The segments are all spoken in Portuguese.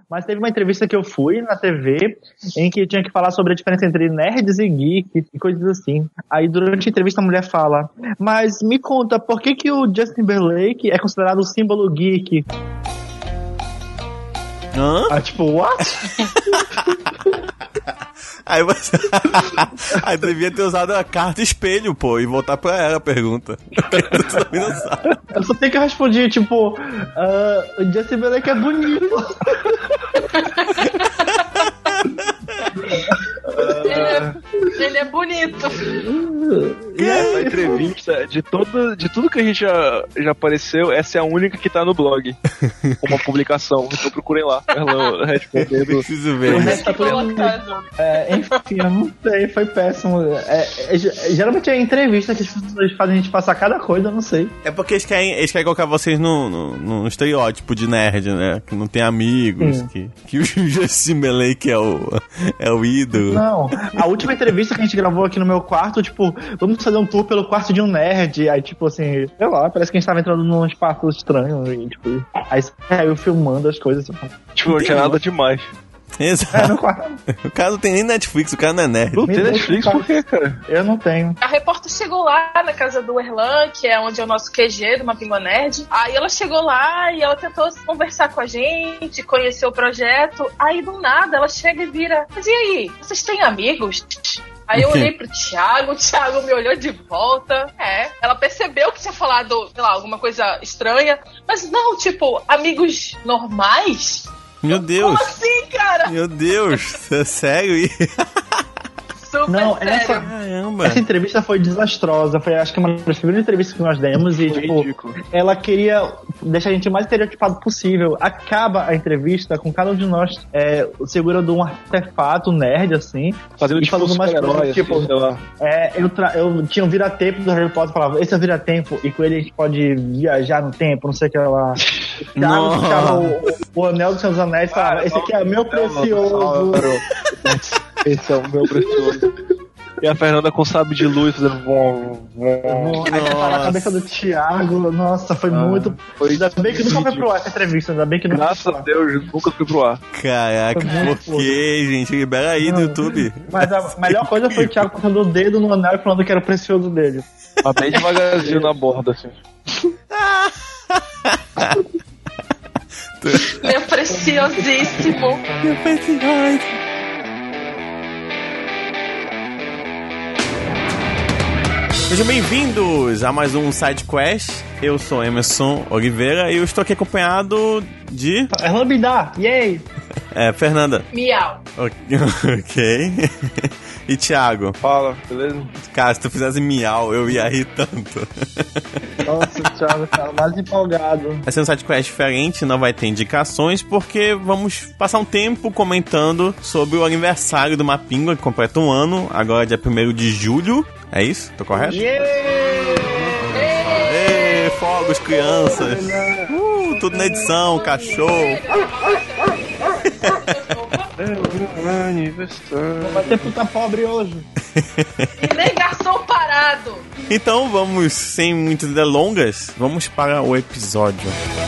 Mas teve uma entrevista que eu fui na TV em que tinha que falar sobre a diferença entre nerds e geeks e coisas assim. Aí durante a entrevista a mulher fala: mas me conta, por que o Justin Timberlake é considerado o símbolo geek? Hã? Ah, tipo, what? Aí você. Aí devia ter usado a carta espelho, pô, e voltar pra ela a pergunta. Não sabe. Eu só tenho que responder, tipo, o Justin Timberlake é bonito. Ele é bonito. E essa entrevista, de tudo que a gente já apareceu, essa é a única que tá no blog. Uma publicação. Então procurem lá. Ela respondendo. Preciso ver. O resto tá tudo... enfim, eu não sei, foi péssimo. Geralmente é entrevista que as pessoas fazem a gente passar cada coisa, eu não sei. É porque eles querem colocar vocês no estereótipo de nerd, né? Que não tem amigos, que o Justin Timberlake é o ídolo. Não, a última entrevista que a gente gravou aqui no meu quarto, tipo, vamos fazer um tour pelo quarto de um nerd. Aí, tipo assim, sei lá, parece que a gente tava entrando num espaço estranho. E, tipo, aí saiu filmando as coisas. Tipo, não tinha nada demais. Exato. O cara não tem nem Netflix, o cara não é nerd. Não tem Netflix por quê, cara? Eu não tenho. A repórter chegou lá na casa do Erlan, que é onde é o nosso QG do Mapingua Nerd. Aí ela chegou lá e ela tentou conversar com a gente, conhecer o projeto. Aí do nada ela chega e vira: mas e aí, vocês têm amigos? Aí eu olhei pro Thiago, o Thiago me olhou de volta. Ela percebeu que tinha falado, sei lá, alguma coisa estranha. Mas não, tipo, amigos normais? Meu Deus. Como assim, cara? Meu Deus, é sério? Super não, sério. Essa entrevista foi desastrosa. Foi, acho que, uma das primeiras entrevistas que nós demos. E, tipo, ridículo. Ela queria deixar a gente o mais estereotipado possível. Acaba a entrevista com cada um de nós segurando um artefato nerd, assim. Fazendo tipo falando mais coisas, tipo, assim, sei lá. Eu tinha um vira-tempo do Harry Potter, falava: esse é o vira-tempo, e com ele a gente pode viajar no tempo, não sei o que lá. O Anel dos Seus Anéis, falava: esse aqui é meu precioso. Esse é o meu precioso. E a Fernanda com sabre de luz fazendo a cabeça do Thiago, nossa, foi muito. Ainda bem que nunca foi pro ar essa entrevista, ainda bem que nunca. Graças a Deus, nunca foi pro ar. Caraca, por que, gente? Libera aí no YouTube. Mas a melhor coisa foi o Thiago passando o dedo no anel e falando que era o precioso dele. Mas bem devagarzinho na borda, assim. Meu preciosíssimo. Meu precioso. Sejam bem-vindos a mais um Side Quest. Eu sou Emerson Oliveira e eu estou aqui acompanhado de... Lambda, yay! Fernanda. Miau. Ok. E Thiago. Fala, beleza? Cara, se tu fizesse miau, eu ia rir tanto. Nossa, o Thiago tá mais empolgado. Vai ser um Side Quest diferente, não vai ter indicações, porque vamos passar um tempo comentando sobre o aniversário do Mapingua, que completa um ano, agora dia 1º de julho. É isso? Tô correto? Fogos, crianças. Tudo na edição, cachorro. Vai ter puta pobre hoje. E nem garçom parado. Então vamos, sem muitas delongas, vamos para o episódio.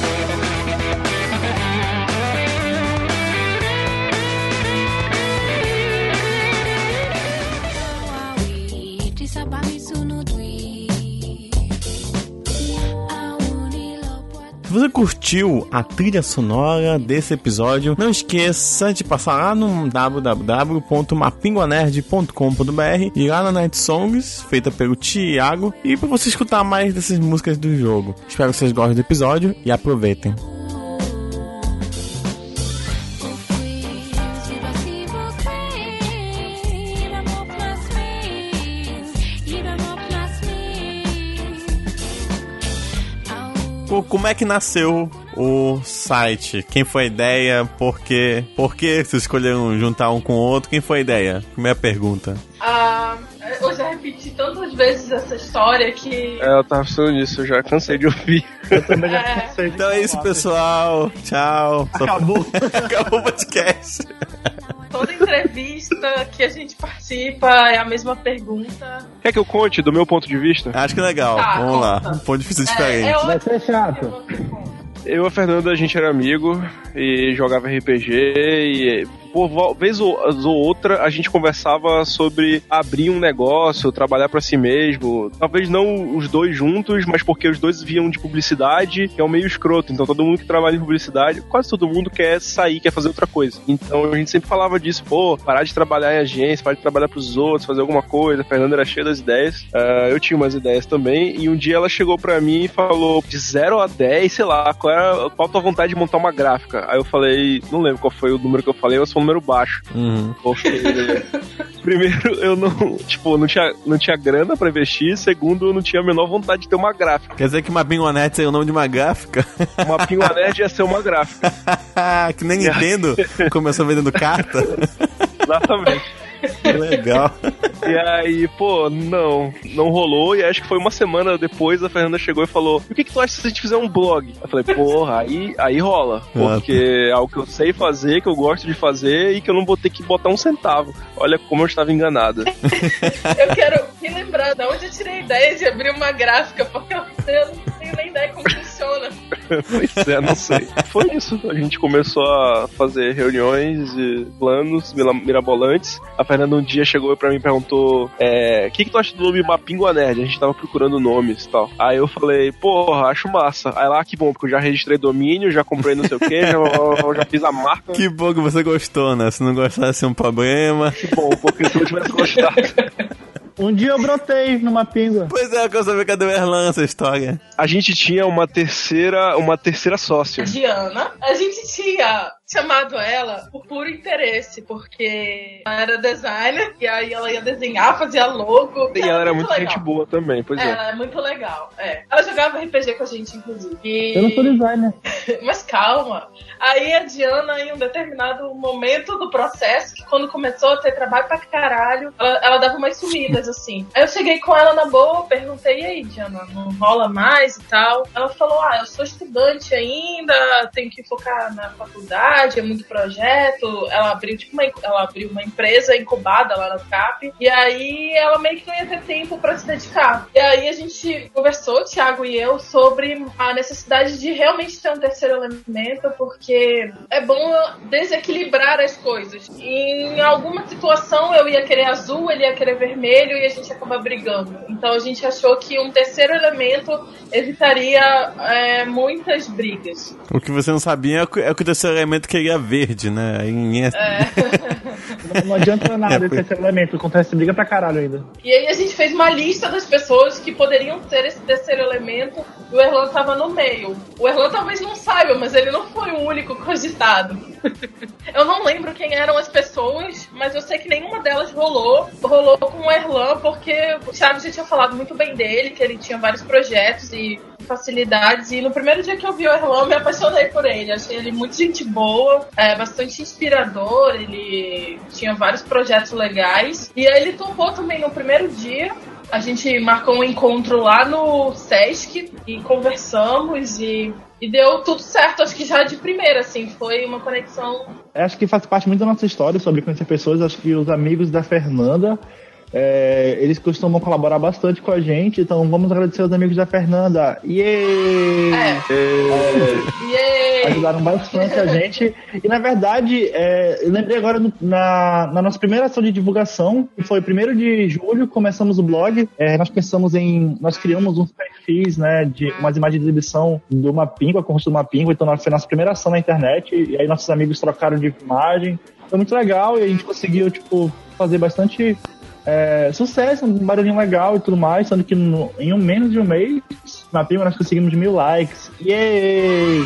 Se você curtiu a trilha sonora desse episódio, não esqueça de passar lá no www.mapinguanerd.com.br e lá na Night Songs, feita pelo Thiago, e para você escutar mais dessas músicas do jogo. Espero que vocês gostem do episódio e aproveitem. Como é que nasceu o site? Quem foi a ideia? Por quê? Por que vocês escolheram juntar um com o outro? Quem foi a ideia? Primeira pergunta. Eu já repeti tantas vezes essa história que... Eu tava pensando nisso, eu já cansei de ouvir. Eu também já cansei. Então é isso, pessoal. Tchau. Acabou. Acabou o podcast. Toda entrevista que a gente participa é a mesma pergunta. Quer que eu conte do meu ponto de vista? Acho que é legal. Tá, vamos lá. conta. Um ponto de vista diferente. Vai ser chato. Eu e a Fernanda, a gente era amigo e jogava RPG e por vez ou outra a gente conversava sobre abrir um negócio, trabalhar pra si mesmo. Talvez não os dois juntos, mas porque os dois viam de publicidade, que é um meio escroto. Então todo mundo que trabalha em publicidade, quase todo mundo quer sair, quer fazer outra coisa. Então a gente sempre falava disso, parar de trabalhar em agência, parar de trabalhar pros outros, fazer alguma coisa. A Fernanda era cheia das ideias. Eu tinha umas ideias também. E um dia ela chegou pra mim e falou, de 0 a 10, sei lá, qual a tua vontade de montar uma gráfica? Aí eu falei, não lembro qual foi o número que eu falei, mas foi um número baixo. Porque primeiro eu não tinha grana pra investir, segundo eu não tinha a menor vontade de ter uma gráfica. Quer dizer que uma Mapinguá Nerd seria o nome de uma gráfica? Uma Mapinguá Nerd ia ser uma gráfica. Que nem Nintendo começou vendendo carta. Exatamente. Que legal. E aí, não rolou. E acho que foi uma semana depois a Fernanda chegou e falou: o que tu acha se a gente fizer um blog? Eu falei, aí rola. Porque é algo que eu sei fazer, que eu gosto de fazer e que eu não vou ter que botar um centavo. Olha como eu estava enganada. Eu quero me lembrar de onde eu tirei a ideia de abrir uma gráfica, porque eu não tenho nem ideia como funciona. Pois é, não sei. Foi isso. A gente começou a fazer reuniões e planos mirabolantes. A Fernanda um dia chegou pra mim e perguntou: o que tu acha do nome Mapinguá Nerd? A gente tava procurando nomes e tal. Aí eu falei, acho massa. Aí lá, que bom, porque eu já registrei domínio, já comprei não sei o que, já fiz a marca. Que bom que você gostou, né? Se não gostasse, é um problema. Que bom, porque se eu tivesse gostado. Um dia eu brotei numa Mapinguá. Pois é, eu quero saber cadê o Erlan essa história. A gente tinha uma terceira sócia. Diana. A gente tinha chamado ela por puro interesse, porque ela era designer, e aí ela ia desenhar, fazia logo. E ela era muito gente boa também, pois é. Ela é muito legal, Ela jogava RPG com a gente, inclusive. Eu não sou designer. Mas calma. Aí a Diana, em um determinado momento do processo, que quando começou a ter trabalho pra caralho, ela dava umas sumidas, assim. Aí eu cheguei com ela na boa, perguntei, e aí, Diana, não rola mais e tal? Ela falou, eu sou estudante ainda, tenho que focar na faculdade, é muito projeto. Ela abriu uma empresa incubada lá na CAP, e aí ela meio que não ia ter tempo pra se dedicar. E aí a gente conversou, Thiago e eu, sobre a necessidade de realmente ter um terceiro elemento, porque é bom desequilibrar as coisas. E em alguma situação eu ia querer azul, ele ia querer vermelho, e a gente acaba brigando. Então a gente achou que um terceiro elemento evitaria muitas brigas. O que você não sabia é que o terceiro elemento queria verde, né? Não adianta nada esse terceiro elemento, acontece briga pra caralho ainda. E aí a gente fez uma lista das pessoas que poderiam ter esse terceiro elemento, e o Erlan tava no meio. O Erlan talvez não saiba, mas ele não foi o único cogitado. Eu não lembro quem eram as pessoas, mas eu sei que nenhuma delas rolou com o Erlan, porque o Thiago já tinha falado muito bem dele, que ele tinha vários projetos e facilidades, e no primeiro dia que eu vi o Erlan, eu me apaixonei por ele. Achei ele muito gente boa, bastante inspirador, ele tinha vários projetos legais, e aí ele topou também no primeiro dia. A gente marcou um encontro lá no Sesc e conversamos e deu tudo certo, acho que já de primeira, assim, foi uma conexão. Acho que faz parte muito da nossa história sobre conhecer pessoas. Acho que os amigos da Fernanda, eles costumam colaborar bastante com a gente, então vamos agradecer aos amigos da Fernanda. Ajudaram bastante a gente. E na verdade, eu lembrei agora na nossa primeira ação de divulgação, que foi 1º de julho, começamos o blog. Nós criamos uns perfis, né, de umas imagens de exibição do Mapinguá, com o rosto do Mapinguá. Então foi a nossa primeira ação na internet, e aí nossos amigos trocaram de imagem. Foi muito legal e a gente conseguiu fazer bastante sucesso, um barulhinho legal e tudo mais, sendo que em menos de um mês, na Mapinguá, nós conseguimos 1000 likes. Yay!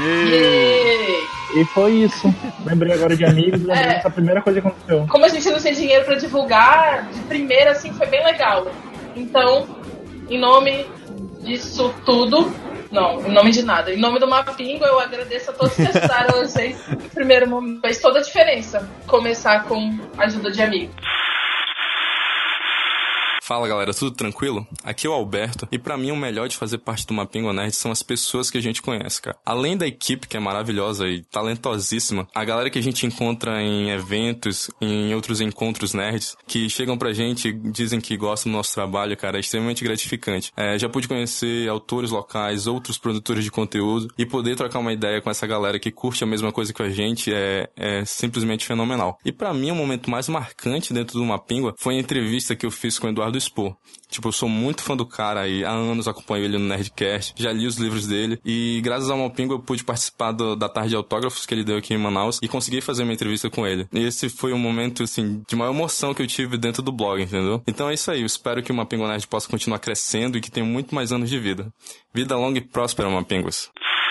E foi isso. Lembrei agora de amigos, essa primeira coisa que aconteceu. Como a gente não tem dinheiro pra divulgar, de primeira, assim, foi bem legal. Então, em nome disso tudo, não, em nome de nada, em nome do Mapinguá, eu agradeço a todos que ajudaram a gente no primeiro momento. Fez toda a diferença começar com a ajuda de amigos. Fala galera, tudo tranquilo? Aqui é o Alberto e pra mim o melhor de fazer parte do Mapingua Nerd são as pessoas que a gente conhece, cara. Além da equipe que é maravilhosa e talentosíssima, a galera que a gente encontra em eventos, em outros encontros nerds, que chegam pra gente e dizem que gostam do nosso trabalho, cara, é extremamente gratificante. Já pude conhecer autores locais, outros produtores de conteúdo e poder trocar uma ideia com essa galera que curte a mesma coisa que a gente é simplesmente fenomenal. E pra mim o momento mais marcante dentro do Mapingua foi a entrevista que eu fiz com o Eduardo Spohr. Tipo, eu sou muito fã do cara e há anos acompanho ele no Nerdcast, já li os livros dele e graças ao Mapingua eu pude participar da tarde de autógrafos que ele deu aqui em Manaus e consegui fazer uma entrevista com ele. E esse foi um momento, assim, de maior emoção que eu tive dentro do blog, entendeu? Então é isso aí, eu espero que o Mapingua Nerd possa continuar crescendo e que tenha muito mais anos de vida. Vida longa e próspera, Mapinguas.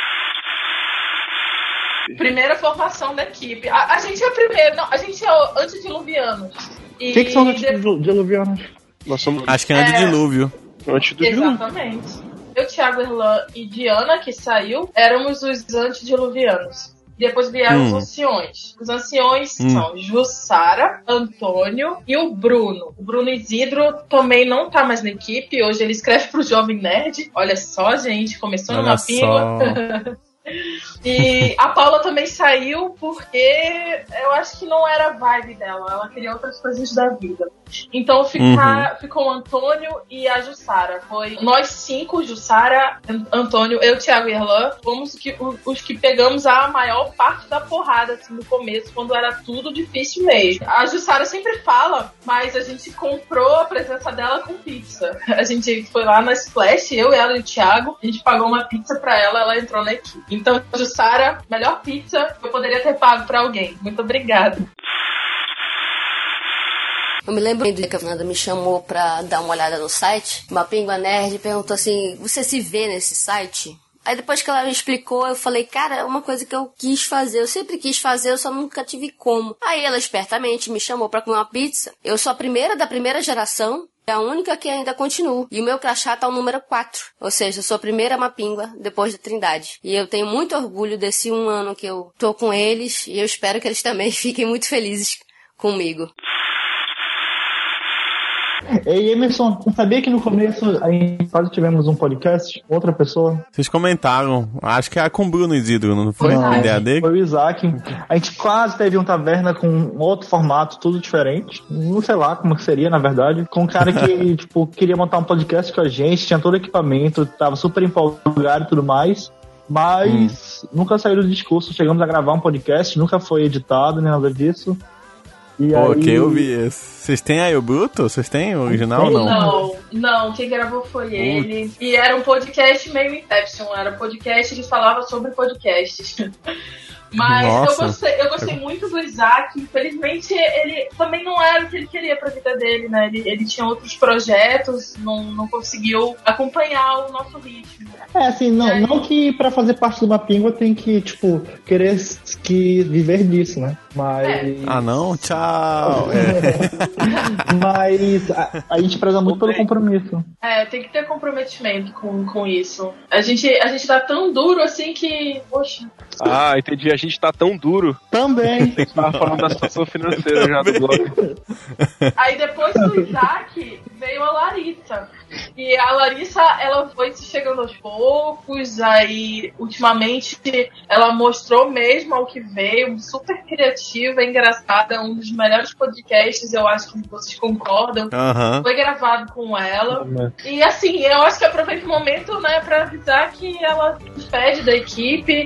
Primeira formação da equipe. A gente é a primeira, não, a gente é antediluvianos. O que são os antediluvianos? Nós somos... Acho que é antedilúvio. Exatamente. Eu, Thiago Erlan e Diana, que saiu, éramos os antediluvianos. Depois vieram os anciões. Os anciões são Jussara, Antônio e o Bruno. O Bruno Isidro também não tá mais na equipe. Hoje ele escreve pro Jovem Nerd. Olha só, gente, começou no Mapingua. E a Paula também saiu porque eu acho que não era a vibe dela. Ela queria outras coisas da vida. Então ficou o Antônio e a Jussara. Foi nós 5, Jussara, Antônio, eu, Thiago e Erlan, fomos os que pegamos a maior parte da porrada assim, no começo, quando era tudo difícil mesmo. A Jussara sempre fala, mas a gente comprou a presença dela com pizza. A gente foi lá na Splash, eu, ela e o Thiago, a gente pagou uma pizza pra ela entrou na equipe. Então, Jussara, melhor pizza que eu poderia ter pago pra alguém. Muito obrigada. Eu me lembro do dia que a Fernanda me chamou pra dar uma olhada no site, Mapingua Nerd, e perguntou assim, você se vê nesse site? Aí depois que ela me explicou, eu falei, cara, é uma coisa que eu quis fazer, eu sempre quis fazer, eu só nunca tive como. Aí ela espertamente me chamou pra comer uma pizza. Eu sou a primeira da primeira geração, é a única que ainda continua. E o meu crachá tá o número 4. Ou seja, eu sou a primeira Mapingua depois da Trindade. E eu tenho muito orgulho desse 1 ano que eu tô com eles, e eu espero que eles também fiquem muito felizes comigo. E Emerson, você sabia que no começo a gente quase tivemos um podcast? Outra pessoa? Vocês comentaram. Acho que é com o Bruno Isidro, não foi? Não, a ideia dele? Foi o Isaac. A gente quase teve um taverna com um outro formato, tudo diferente. Não sei lá como que seria, na verdade. Com um cara que, tipo, queria montar um podcast com a gente, tinha todo o equipamento, tava super empolgado e tudo mais. Mas nunca saiu do discurso. Chegamos a gravar um podcast, nunca foi editado, nem nada disso. E Pô, aí... que eu vi esse. Vocês têm aí o Bruto? Vocês têm o original ou não? Não, quem gravou foi ele. E era um podcast meio Inception, era um podcast que falava sobre podcasts. Mas eu gostei muito do Isaac. Infelizmente, ele também não era o que ele queria pra vida dele, né? Ele tinha outros projetos, não conseguiu acompanhar o nosso ritmo. Assim, não que pra fazer parte do Mapingua tem que, tipo, querer viver disso, né? Mas... Ah, não? Tchau! Mas a gente preza muito pelo compromisso. Tem que ter comprometimento com isso. A gente tá tão duro assim que... Poxa... Ah, entendi. A gente tá tão duro. Também. Você tava falando da situação financeira já do blog. Aí depois do Isaac veio a Larissa. E a Larissa, ela foi se chegando aos poucos. Aí, ultimamente, ela mostrou mesmo ao que veio. Super criativa, engraçada. Um dos melhores podcasts, eu acho que vocês concordam. Foi gravado com ela. E assim, eu acho que aproveito o momento, né, pra avisar que ela se despede da equipe.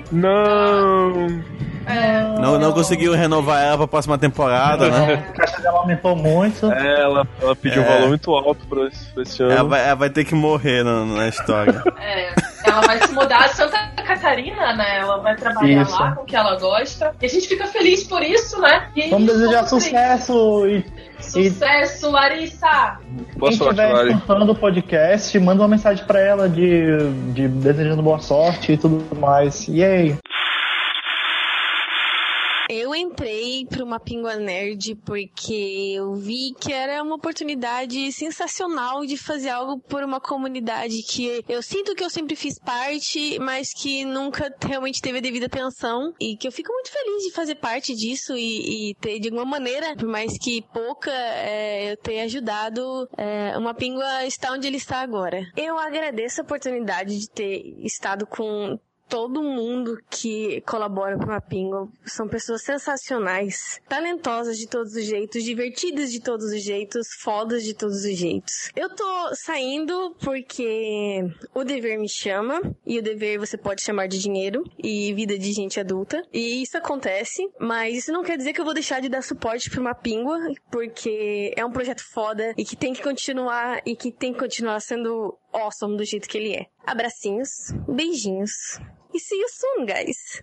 Não conseguiu renovar ela pra próxima temporada, né? A caixa dela aumentou muito. Ela pediu um valor muito alto pra esse ano. Ela vai ter que morrer na história. Ela vai se mudar a Santa Catarina, né? Ela vai trabalhar lá com o que ela gosta. E a gente fica feliz por isso, né? E vamos desejar sucesso Sucesso, Larissa! Boa sorte, Lari. Quem estiver escutando o podcast, manda uma mensagem pra ela de desejando boa sorte e tudo mais. E aí? Eu entrei para uma Pingua Nerd porque eu vi que era uma oportunidade sensacional de fazer algo por uma comunidade que eu sinto que eu sempre fiz parte, mas que nunca realmente teve a devida atenção, e que eu fico muito feliz de fazer parte disso e ter, de alguma maneira, por mais que pouca, eu ter ajudado uma Pingua a estar onde ele está agora. Eu agradeço a oportunidade de ter estado com todo mundo que colabora com a Pingua. São pessoas sensacionais, talentosas de todos os jeitos, divertidas de todos os jeitos, fodas de todos os jeitos. Eu tô saindo porque o dever me chama, e o dever você pode chamar de dinheiro e vida de gente adulta, e isso acontece, mas isso não quer dizer que eu vou deixar de dar suporte pra uma Pingua, porque é um projeto foda e que tem que continuar, e que tem que continuar sendo awesome do jeito que ele é. Abracinhos, beijinhos e see you soon, guys.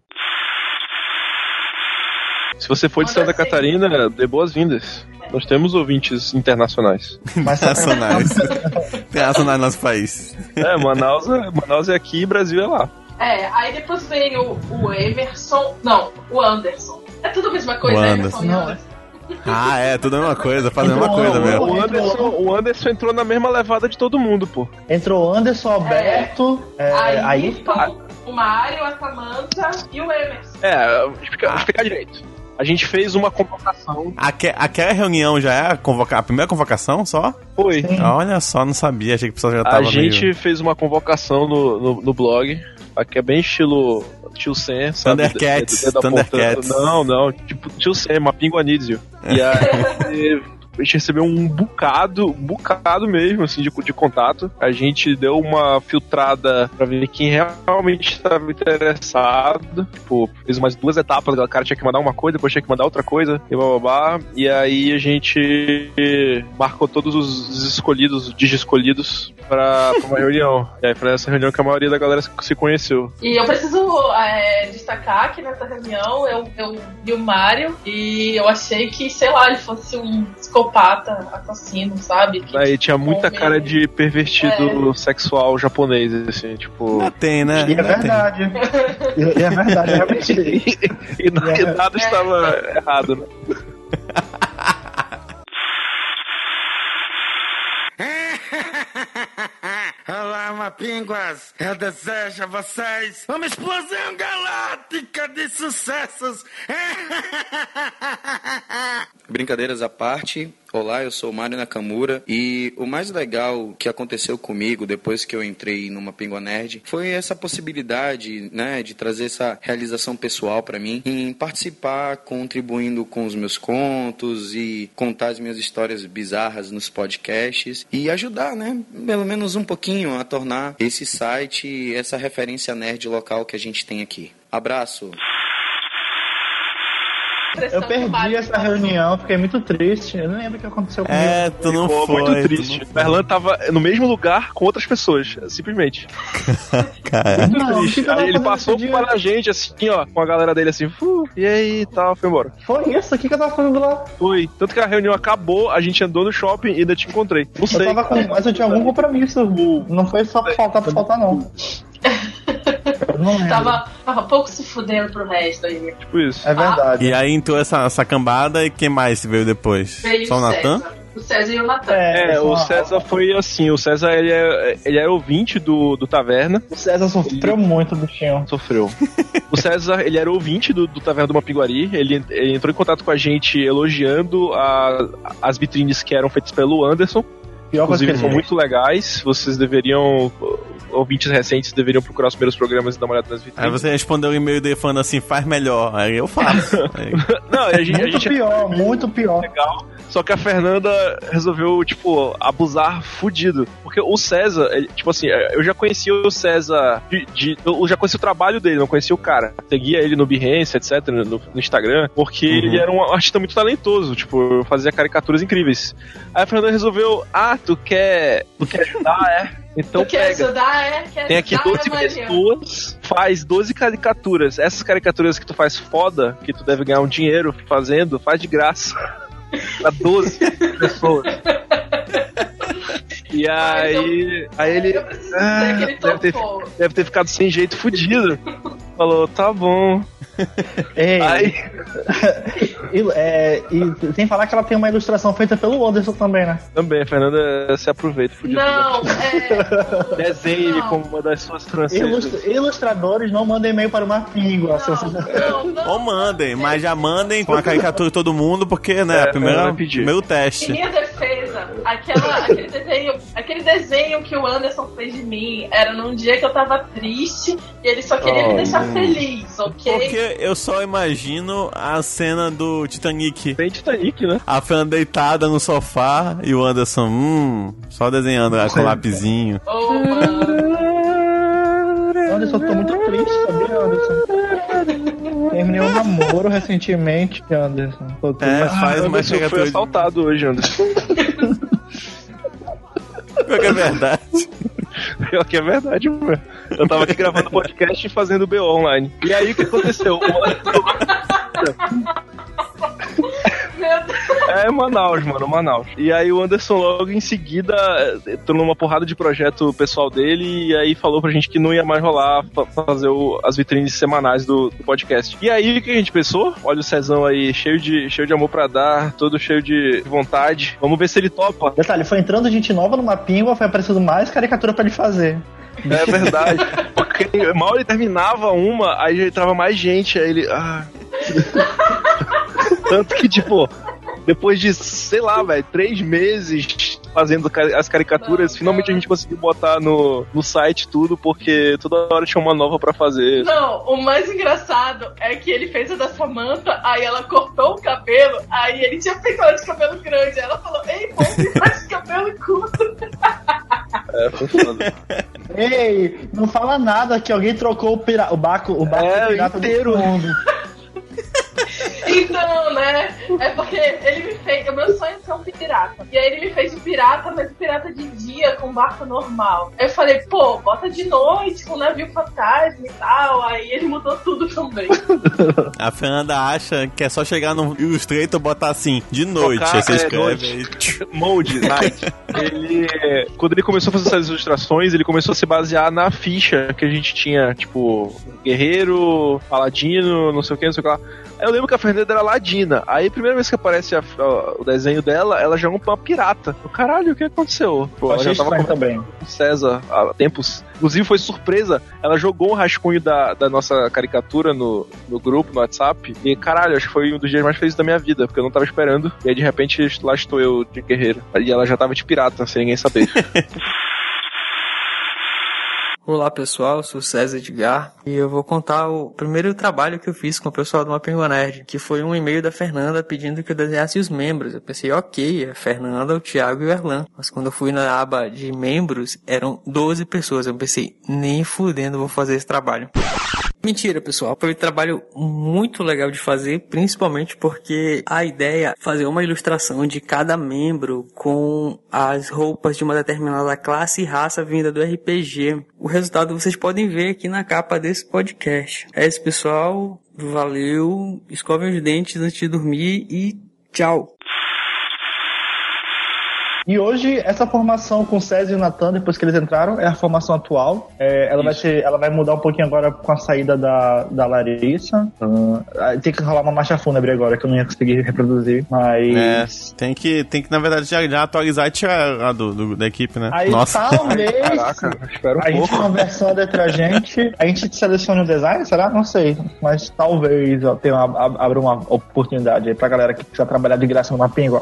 Se você for de Santa Catarina, dê boas-vindas. Nós temos ouvintes internacionais. Internacionais. Internacionais no nosso país. Manaus é aqui e Brasil é lá. Aí depois vem o Emerson. Não, o Anderson. É tudo a mesma coisa, o Emerson e Anderson. Anderson. Tudo a mesma coisa, faz a mesma coisa mesmo. O Anderson entrou na mesma levada de todo mundo, pô. Entrou o Anderson, Alberto, aí o Mário, a Samantha e o Emerson. Explicar direito. A gente fez uma convocação. Aquela reunião já é a primeira convocação só? Foi. Olha só, não sabia, achei que o pessoal já tava. A gente fez uma convocação no blog. Aqui é bem estilo Tio Sam, sabe? Thundercats. Não, tipo Tio Sam, uma Pinguanísio. E aí a gente recebeu um bocado mesmo, assim, de contato. A gente deu uma filtrada pra ver quem realmente estava interessado. Tipo, fez umas 2 etapas, o cara tinha que mandar uma coisa, depois tinha que mandar outra coisa, e blá. E aí a gente marcou todos os escolhidos, os escolhidos pra uma reunião. E aí foi nessa reunião que a maioria da galera se conheceu. E eu preciso destacar que nessa reunião eu vi o Mário e eu achei que, sei lá, ele fosse um psicopata, assassino, sabe? Que aí tinha muita cara de pervertido sexual japonês, assim, tipo... Não tem, né? E é verdade. E é verdade, realmente. E nada estava errado, né? Olá, Mapinguas! Eu desejo a vocês uma explosão galáctica de sucessos! Brincadeiras à parte, olá, eu sou o Mário Nakamura, e o mais legal que aconteceu comigo depois que eu entrei numa Pingua Nerd foi essa possibilidade, né, de trazer essa realização pessoal pra mim, em participar, contribuindo com os meus contos e contar as minhas histórias bizarras nos podcasts e ajudar, né, pelo menos um pouquinho a tornar esse site essa referência nerd local que a gente tem aqui. Abraço! Eu perdi essa reunião, fiquei muito triste. Eu não lembro o que aconteceu comigo. Tu não Ficou foi. muito triste. O Erlan tava no mesmo lugar com outras pessoas, simplesmente. Cara. Aí ele passou para a gente, assim, ó, com a galera dele, assim, e aí e tal, foi embora. Foi isso? O que eu tava fazendo lá? Foi. Tanto que a reunião acabou, a gente andou no shopping e ainda te encontrei. Não sei. Mas eu tinha algum compromisso. Não foi só faltar, não. Tava pouco se fudendo pro resto aí. Tipo isso. É verdade. E aí entrou essa cambada, e quem mais veio depois? Veio só o Natan? O César e o Natan. O César foi assim, o César ele é ouvinte do Taverna. O César sofreu muito, bichinho. Sofreu. O César, ele era ouvinte do Taverna do Mapinguari, ele entrou em contato com a gente elogiando as vitrines que eram feitas pelo Anderson. Inclusive, são muito legais, vocês deveriam... Ouvintes recentes deveriam procurar os primeiros programas e dar uma olhada nas vitrines. Aí você respondeu o e-mail dele falando assim, faz melhor. Aí eu faço. Não, a gente muito pior. Legal. Só que a Fernanda resolveu, tipo, abusar fudido. Porque o César, tipo assim, eu já conhecia o César eu já conhecia o trabalho dele, não conhecia o cara. Seguia ele no Behance, etc, no Instagram, porque ele era um artista muito talentoso, tipo, fazia caricaturas incríveis. Aí a Fernanda resolveu, tu quer ajudar, Então pega. Tem aqui 12 pessoas, faz 12 caricaturas. Essas caricaturas que tu faz foda, que tu deve ganhar um dinheiro fazendo, faz de graça. Pra 12 pessoas. E aí ele deve ter ficado sem jeito fudido. falou, tá bom. Ei, Aí, e sem falar que ela tem uma ilustração feita pelo Anderson também, né? também, a Fernanda se aproveita. Não, Desenhe não. como uma das suas francesas. Ilustradores não mandem e-mail para uma píngua. Ou mandem, mas já mandem com a caricatura de todo mundo, porque, né, primeiro teste. Em minha defesa, aquele desenho que o Anderson fez de mim era num dia que eu tava triste e ele só queria me deixar feliz, ok? Porque eu só imagino a cena do Titanic. Bem Titanic, né? A Fernanda deitada no sofá e o Anderson, só desenhando com o lapisinho. Oh, mano. Anderson, eu tô muito triste, sabia, Anderson? Terminei um namoro recentemente, Anderson. Faz uma Anderson foi caricatura. assaltado hoje, Anderson. Pior que é verdade. Pior que é verdade, mano. Eu tava aqui gravando podcast e fazendo BO online. E aí, o que aconteceu? Meu Deus. É Manaus, mano, Manaus. E aí o Anderson logo em seguida entrou numa porrada de projeto pessoal dele e aí falou pra gente que não ia mais rolar fazer as vitrines semanais do podcast. E aí o que a gente pensou? Olha o Cezão aí, cheio de amor pra dar, todo cheio de vontade. Vamos ver se ele topa. Detalhe, foi entrando gente nova numa píngua, foi aparecendo mais caricatura pra ele fazer. É verdade. Porque mal ele terminava uma, aí já entrava mais gente, aí ele... Tanto que, tipo, depois de, sei lá, velho, 3 meses fazendo as caricaturas, finalmente a gente conseguiu botar no site tudo, porque toda hora tinha uma nova pra fazer. Não, o mais engraçado é que ele fez a da Samantha, aí ela cortou o cabelo, aí ele tinha feito ela de cabelo grande, aí ela falou, ei, pô, me faz de cabelo curto. Foi foda. Ei, não fala nada que alguém trocou o barco do pirata inteiro. do mundo. Então, né? É porque ele me fez. O meu sonho é ser um pirata. E aí ele me fez de pirata, mas pirata de dia, com barco normal. Aí eu falei, pô, bota de noite, com um navio fantasma e tal. Aí ele mudou tudo também. A Fernanda acha que é só chegar no Illustrator e botar assim, de noite. Aí você escreve aí. Mode, night. Quando ele começou a fazer essas ilustrações, ele começou a se basear na ficha que a gente tinha, tipo, guerreiro, paladino, não sei o que lá. Aí eu lembro que a Fernanda era ladina. Aí a primeira vez que aparece o desenho dela, ela já é uma pirata. Caralho, o que aconteceu? Pô, ela já tava também. Com César há tempos. Inclusive foi surpresa. Ela jogou um rascunho da nossa caricatura no grupo, no WhatsApp. E caralho, acho que foi um dos dias mais felizes da minha vida, porque eu não tava esperando. E aí de repente lá estou eu de guerreiro. E ela já tava de pirata, sem ninguém saber. Olá pessoal, eu sou o César Edgar e eu vou contar o primeiro trabalho que eu fiz com o pessoal do Mapinguá Nerd, que foi um e-mail da Fernanda pedindo que eu desenhasse os membros. Eu pensei, ok, a Fernanda, o Thiago e o Erlan. Mas quando eu fui na aba de membros, eram 12 pessoas. Eu pensei, nem fudendo vou fazer esse trabalho. Mentira, pessoal. Foi um trabalho muito legal de fazer, principalmente porque a ideia é fazer uma ilustração de cada membro com as roupas de uma determinada classe e raça vinda do RPG. O resultado vocês podem ver aqui na capa desse podcast. É isso, pessoal. Valeu. Escovem os dentes antes de dormir e tchau. E hoje, essa formação com o César e o Natan, depois que eles entraram, é a formação atual. Ela vai mudar um pouquinho agora com a saída da Larissa. Tem que rolar uma marcha fúnebre agora, que eu não ia conseguir reproduzir, mas... Tem que na verdade, já atualizar e tirar a da equipe, né? Aí, nossa. Talvez, Caraca, espero a gente conversando entre a gente seleciona o design, será? Não sei. Mas talvez abra uma oportunidade aí pra galera que precisa trabalhar de graça numa píngua.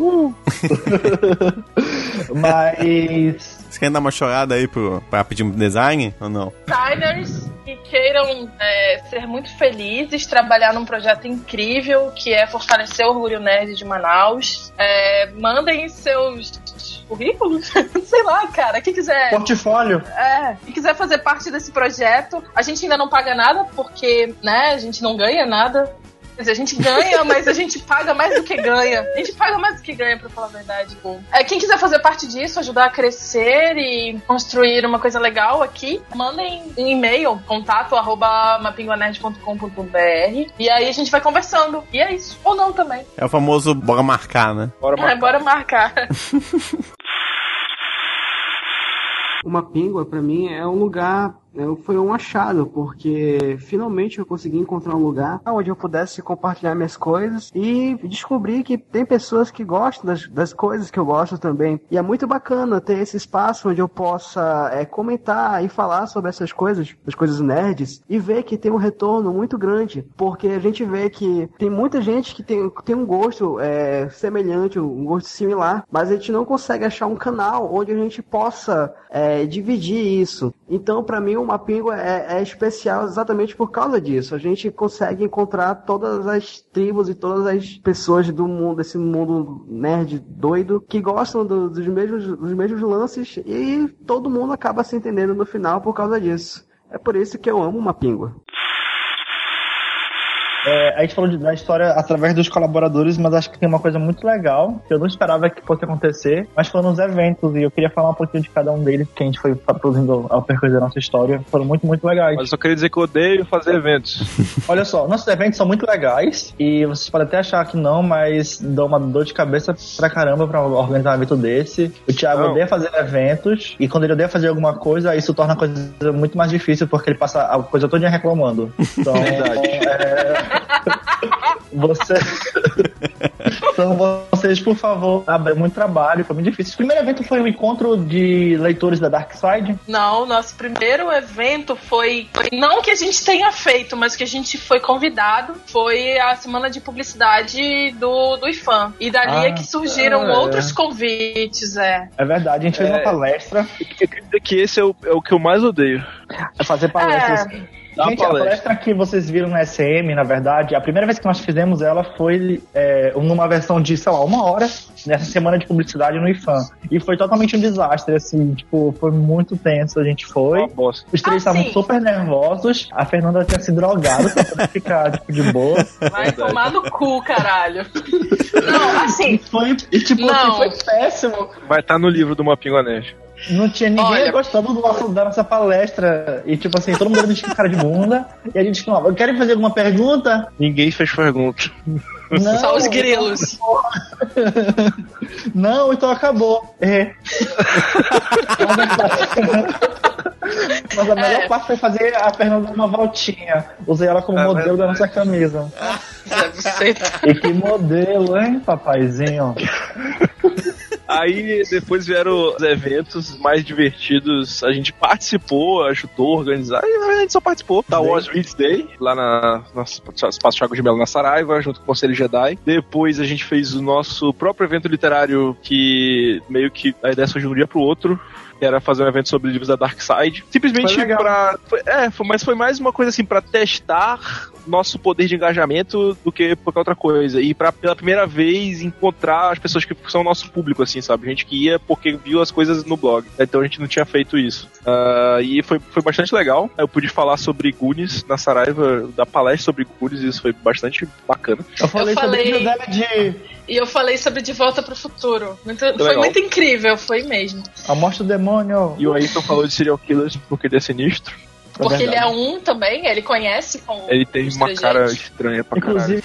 Mas... Você quer dar uma chorada aí pra pedir um design ou não? Designers que queiram ser muito felizes, trabalhar num projeto incrível que é fortalecer o Orgulho Nerd de Manaus. Mandem seus currículos, sei lá, cara, quem quiser... Portfólio. Quem quiser fazer parte desse projeto. A gente ainda não paga nada porque, né, a gente não ganha nada. Quer dizer, a gente ganha, mas a gente paga mais do que ganha. A gente paga mais do que ganha, pra falar a verdade. Quem quiser fazer parte disso, ajudar a crescer e construir uma coisa legal aqui, mandem um e-mail, contato@mapinguanerd.com.br, e aí a gente vai conversando. E é isso. Ou não também. É o famoso bora marcar, né? Bora marcar. Uma píngua, pra mim, é um lugar foi um achado, porque finalmente eu consegui encontrar um lugar onde eu pudesse compartilhar minhas coisas e descobri que tem pessoas que gostam das coisas que eu gosto também. E é muito bacana ter esse espaço onde eu possa comentar e falar sobre essas coisas, as coisas nerds, e ver que tem um retorno muito grande, porque a gente vê que tem muita gente que tem um gosto semelhante, um gosto similar, mas a gente não consegue achar um canal onde a gente possa dividir isso. Então, para mim, o Mapingua é especial exatamente por causa disso. A gente consegue encontrar todas as tribos e todas as pessoas do mundo, desse mundo nerd doido, que gostam dos mesmos lances, e todo mundo acaba se entendendo no final por causa disso. É por isso que eu amo o Mapingua. A gente falou da história através dos colaboradores, mas acho que tem uma coisa muito legal, que eu não esperava que fosse acontecer, mas foram os eventos, e eu queria falar um pouquinho de cada um deles, que a gente foi produzindo ao percorrer da nossa história. Foram muito, muito legais. Mas eu só queria dizer que eu odeio fazer eventos. Olha só, nossos eventos são muito legais, e vocês podem até achar que não, mas dão uma dor de cabeça pra caramba pra organizar um evento desse. O Thiago odeia fazer eventos, e quando ele odeia fazer alguma coisa, isso torna a coisa muito mais difícil, porque ele passa a coisa toda reclamando. Então, vocês, por favor, abrem muito trabalho, foi muito difícil. O primeiro evento foi um encontro de leitores da Dark Side? Não, nosso primeiro evento foi não que a gente tenha feito, mas que a gente foi convidado. Foi a semana de publicidade do IFAM. E dali é que surgiram outros convites, É verdade, a gente fez uma palestra. Eu queria dizer que esse é o que eu mais odeio. É fazer palestras. Gente, a palestra que vocês viram na SM, na verdade, a primeira vez que nós fizemos ela foi numa versão de, sei lá, 1 hora, nessa semana de publicidade no IFAM. E foi totalmente um desastre, assim, tipo, foi muito tenso, a gente foi. Os três estavam super nervosos, a Fernanda tinha se drogado pra poder ficar, tipo, de boa. Vai tomar no cu, caralho. Não, assim... Foi péssimo. Vai estar no livro do Mapingua Nerd. Não tinha ninguém gostando da nossa palestra. E tipo assim, todo mundo era de cara de bunda. E a gente falava, querem fazer alguma pergunta? Ninguém fez pergunta. Não, só os grilos. Não, então acabou. Mas a melhor parte foi fazer a Fernanda dar uma voltinha. Usei ela como modelo da nossa camisa. E que modelo, hein, papaizinho? Aí depois vieram os eventos mais divertidos. A gente participou, ajudou a organizar. E na verdade a gente só participou. Da Wars Reads Day, lá no Espaço Thiago de Melo na Saraiva, junto com o Conselho Jedi. Depois a gente fez o nosso próprio evento literário, que meio que a ideia surgiu de um dia pro outro. Era fazer um evento sobre livros da Dark Side. Simplesmente mas foi mais uma coisa assim, pra testar nosso poder de engajamento do que qualquer outra coisa. E pra, pela primeira vez, encontrar as pessoas que são nosso público, assim, sabe? Gente que ia porque viu as coisas no blog. Então a gente não tinha feito isso. E foi bastante legal. Eu pude falar sobre Goonies na Saraiva, da palestra sobre Goonies, e isso foi bastante bacana. Eu falei E eu falei sobre De Volta pro Futuro. Foi muito incrível, foi mesmo. A morte do demônio. E o Ayrton falou de serial killers porque ele é sinistro. Porque ele é um também, ele conhece com. Ele tem uma cara estranha pra caralho.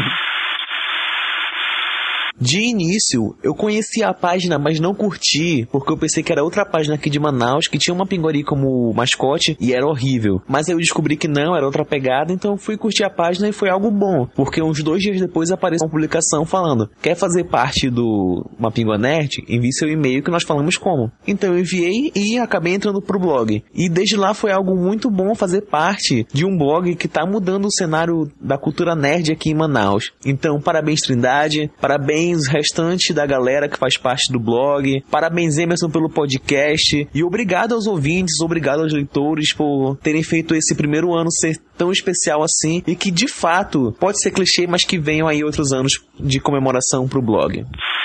De início, eu conhecia a página, mas não curti, porque eu pensei que era outra página aqui de Manaus, que tinha uma Pinguari como mascote, e era horrível. Mas aí eu descobri que não, era outra pegada, então eu fui curtir a página e foi algo bom, porque uns 2 dias depois apareceu uma publicação falando: quer fazer parte do Mapingua Nerd? Envie seu e-mail que nós falamos como. Então eu enviei e acabei entrando pro blog. E desde lá foi algo muito bom fazer parte de um blog que tá mudando o cenário da cultura nerd aqui em Manaus. Então, parabéns Trindade, parabéns os restantes da galera que faz parte do blog, parabéns Emerson pelo podcast, e obrigado aos ouvintes, obrigado aos leitores por terem feito esse primeiro ano ser tão especial assim, e que de fato pode ser clichê, mas que venham aí outros anos de comemoração pro blog.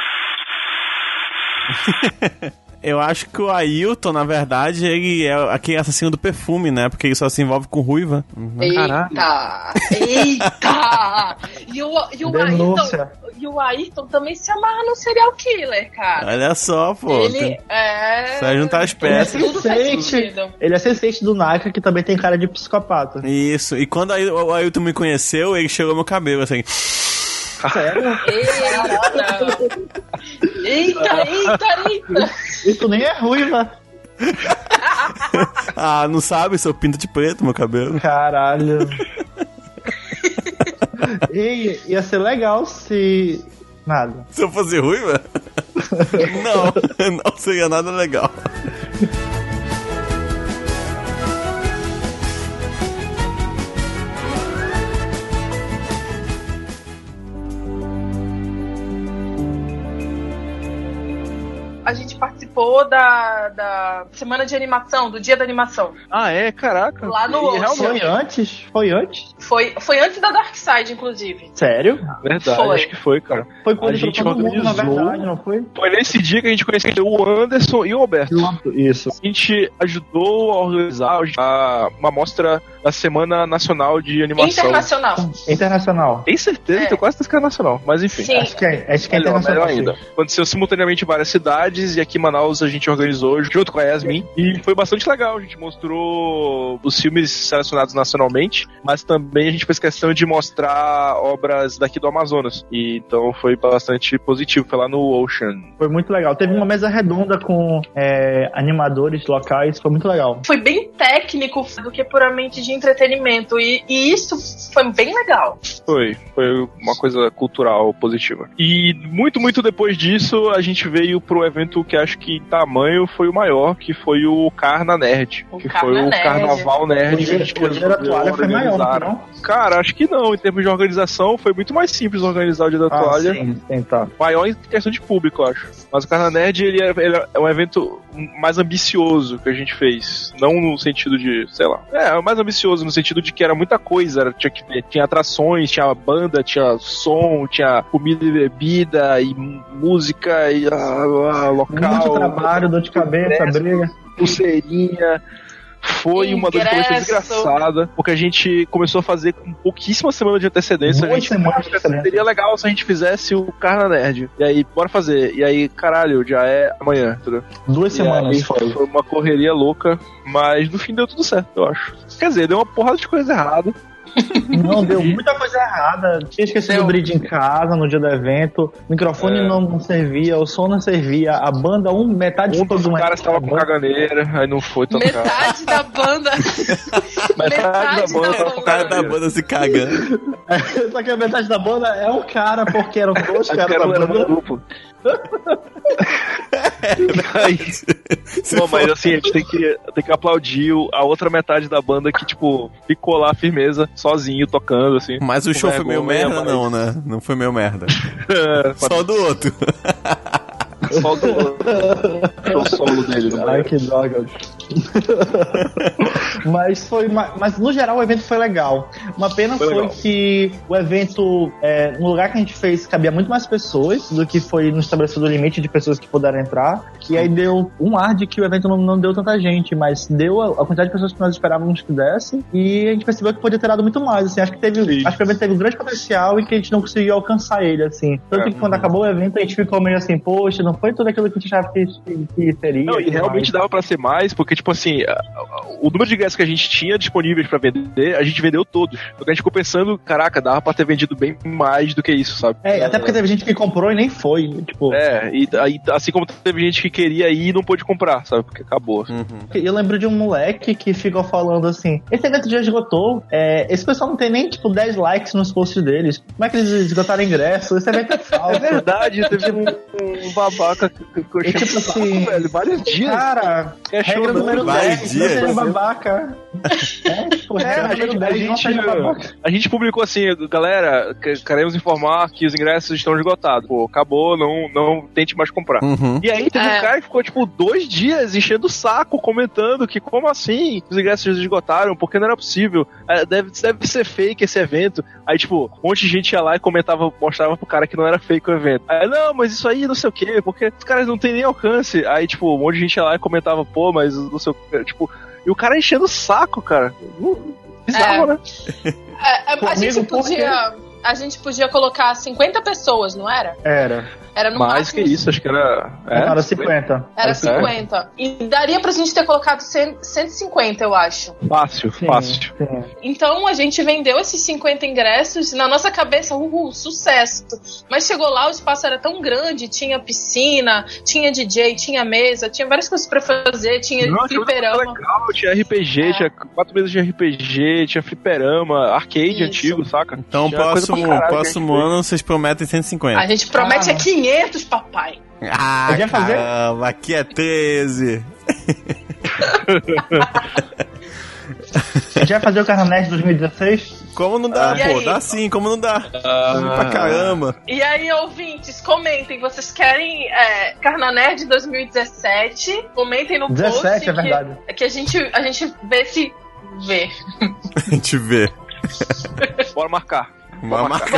Eu acho que o Ailton, na verdade, ele é aquele assassino do perfume, né? Porque ele só se envolve com ruiva. Eita! E o Ayrton também se amarra no serial killer, cara. Olha só, pô. Ele Só juntar as peças. Ele é assistente do Naka, que também tem cara de psicopata. Isso. E quando o Ailton me conheceu, ele chegou no meu cabelo, assim... Sério? Eita! Isso nem é ruiva. Ah, não sabe se eu pinto de preto meu cabelo? Caralho. E ia ser legal se... Nada. Se eu fosse ruiva? Não seria nada legal. A gente participou da semana de animação, do dia da animação. Ah, é? Caraca. Lá no Ocean. Foi antes? Foi antes da Dark Side, inclusive. Sério? Verdade, acho que foi, cara. Foi quando a gente organizou, na verdade, não foi? Foi nesse dia que a gente conheceu o Anderson e o Alberto. Isso. A gente ajudou a organizar uma mostra da Semana Nacional de Animação. Internacional. Tem certeza? Tenho quase certeza que é nacional. Mas enfim. Sim. Acho que é internacional. Melhor ainda. Aconteceu simultaneamente em várias cidades e aqui em Manaus a gente organizou junto com a Yasmin. E foi bastante legal. A gente mostrou os filmes selecionados nacionalmente, mas também a gente fez questão de mostrar obras daqui do Amazonas. E então foi bastante positivo. Foi lá no Ocean. Foi muito legal. Teve uma mesa redonda com animadores locais. Foi muito legal. Foi bem técnico do que puramente de entretenimento. E isso foi bem legal. Foi uma coisa cultural positiva. E muito depois disso, a gente veio pro evento que acho que em tamanho foi o maior, que foi o Carna Nerd. O Carnaval Nerd. A toalha foi maior, não? Cara, acho que não. Em termos de organização, foi muito mais simples organizar o Dia da Toalha. Sim, tá. Maior em questão de público, eu acho. Mas o Carna Nerd, ele é um evento mais ambicioso que a gente fez. Não no sentido de, sei lá. É mais ambicioso no sentido de que era muita coisa. Tinha atrações, tinha banda, tinha som, tinha comida e bebida, e música, e local. Muito trabalho, dor de cabeça, briga. Pulseirinha. Foi uma dor de cabeça desgraçada, porque a gente começou a fazer com pouquíssima semana de antecedência. A gente seria legal se a gente fizesse o Carna Nerd. E aí, bora fazer. E aí, caralho, já é amanhã, entendeu? 2 semanas foi uma correria louca, mas no fim deu tudo certo, eu acho. Quer dizer, deu uma porrada de coisa errada. Não, deu muita coisa errada. Tinha esquecido o brinde em casa no dia do evento. O microfone não servia, o som não servia. A banda, metade de todo mundo. Os caras estavam com caganeira, aí não foi tocar. Metade da banda. Metade da banda se cagando. Só que a metade da banda é um cara, porque eram 2 caras da banda. Mas assim, a gente tem que aplaudir a outra metade da banda que, tipo, ficou lá firmeza, sozinho, tocando, assim. Mas o show foi meio merda, não, né? Não foi meio merda. Só do outro. Só do outro. O solo dele. Ai, que droga. Mas no geral o evento foi legal. Uma pena foi que o evento, no lugar que a gente fez, cabia muito mais pessoas do que foi no estabelecido limite de pessoas que puderam entrar. E aí deu um ar de que o evento não deu tanta gente, mas deu a quantidade de pessoas que nós esperávamos que desse. E a gente percebeu que podia ter dado muito mais. Assim, acho que o evento teve um grande potencial e que a gente não conseguiu alcançar ele. Assim. Tanto que quando acabou o evento, a gente ficou meio assim, poxa, não foi tudo aquilo que a gente achava que seria. Não, e realmente dava pra ser mais, porque, tipo assim, o número de ingressos que a gente tinha disponíveis pra vender, a gente vendeu todos. Porque a gente ficou pensando, caraca, dava pra ter vendido bem mais do que isso, sabe? Até porque teve gente que comprou e nem foi, tipo... e aí, assim como teve gente que queria ir e não pôde comprar, sabe? Porque acabou. Eu lembro de um moleque que ficou falando assim, esse evento já esgotou, esse pessoal não tem nem, tipo, 10 likes nos posts deles. Como é que eles esgotaram ingresso? Esse evento é falso. É verdade, teve um babaca que eu achei tipo assim, velho, vários dias. Cara, regra número 10, não seja babaca. A gente publicou assim, galera, queremos informar que os ingressos estão esgotados. Pô, acabou, não tente mais comprar. E aí teve um cara que ficou, tipo, 2 dias enchendo o saco, comentando que como assim os ingressos esgotaram, porque não era possível, deve ser fake esse evento. Aí, tipo, um monte de gente ia lá e mostrava pro cara que não era fake o evento. Aí, não, mas isso aí não sei o quê, porque os caras não tem nem alcance. Aí, tipo, um monte de gente ia lá e comentava, pô, mas não sei o quê, tipo... E o cara enchendo o saco, cara. Bizarro, né? A gente podia... a gente podia colocar 50 pessoas, não era? Era no mais máximo... que isso, acho que era... Era 50. Era 50. E daria pra gente ter colocado 150, eu acho. Fácil. Então a gente vendeu esses 50 ingressos, na nossa cabeça, sucesso. Mas chegou lá, o espaço era tão grande, tinha piscina, tinha DJ, tinha mesa, tinha várias coisas pra fazer, tinha fliperama. Legal, tinha RPG, tinha 4 mesas de RPG, tinha fliperama, arcade antigo, saca? Então próximo ano vocês prometem 150. A gente promete 500, papai. Podia fazer? Caramba, aqui é 13. A gente vai fazer o Carna Nerd 2016? Como não dá, pô? Dá sim, como não dá? Pra caramba. E aí, ouvintes, comentem. Vocês querem Carna Nerd 2017? Comentem no 17, post. é verdade. Que a gente vê se vê. A gente vê. Bora marcar. Bora marcar.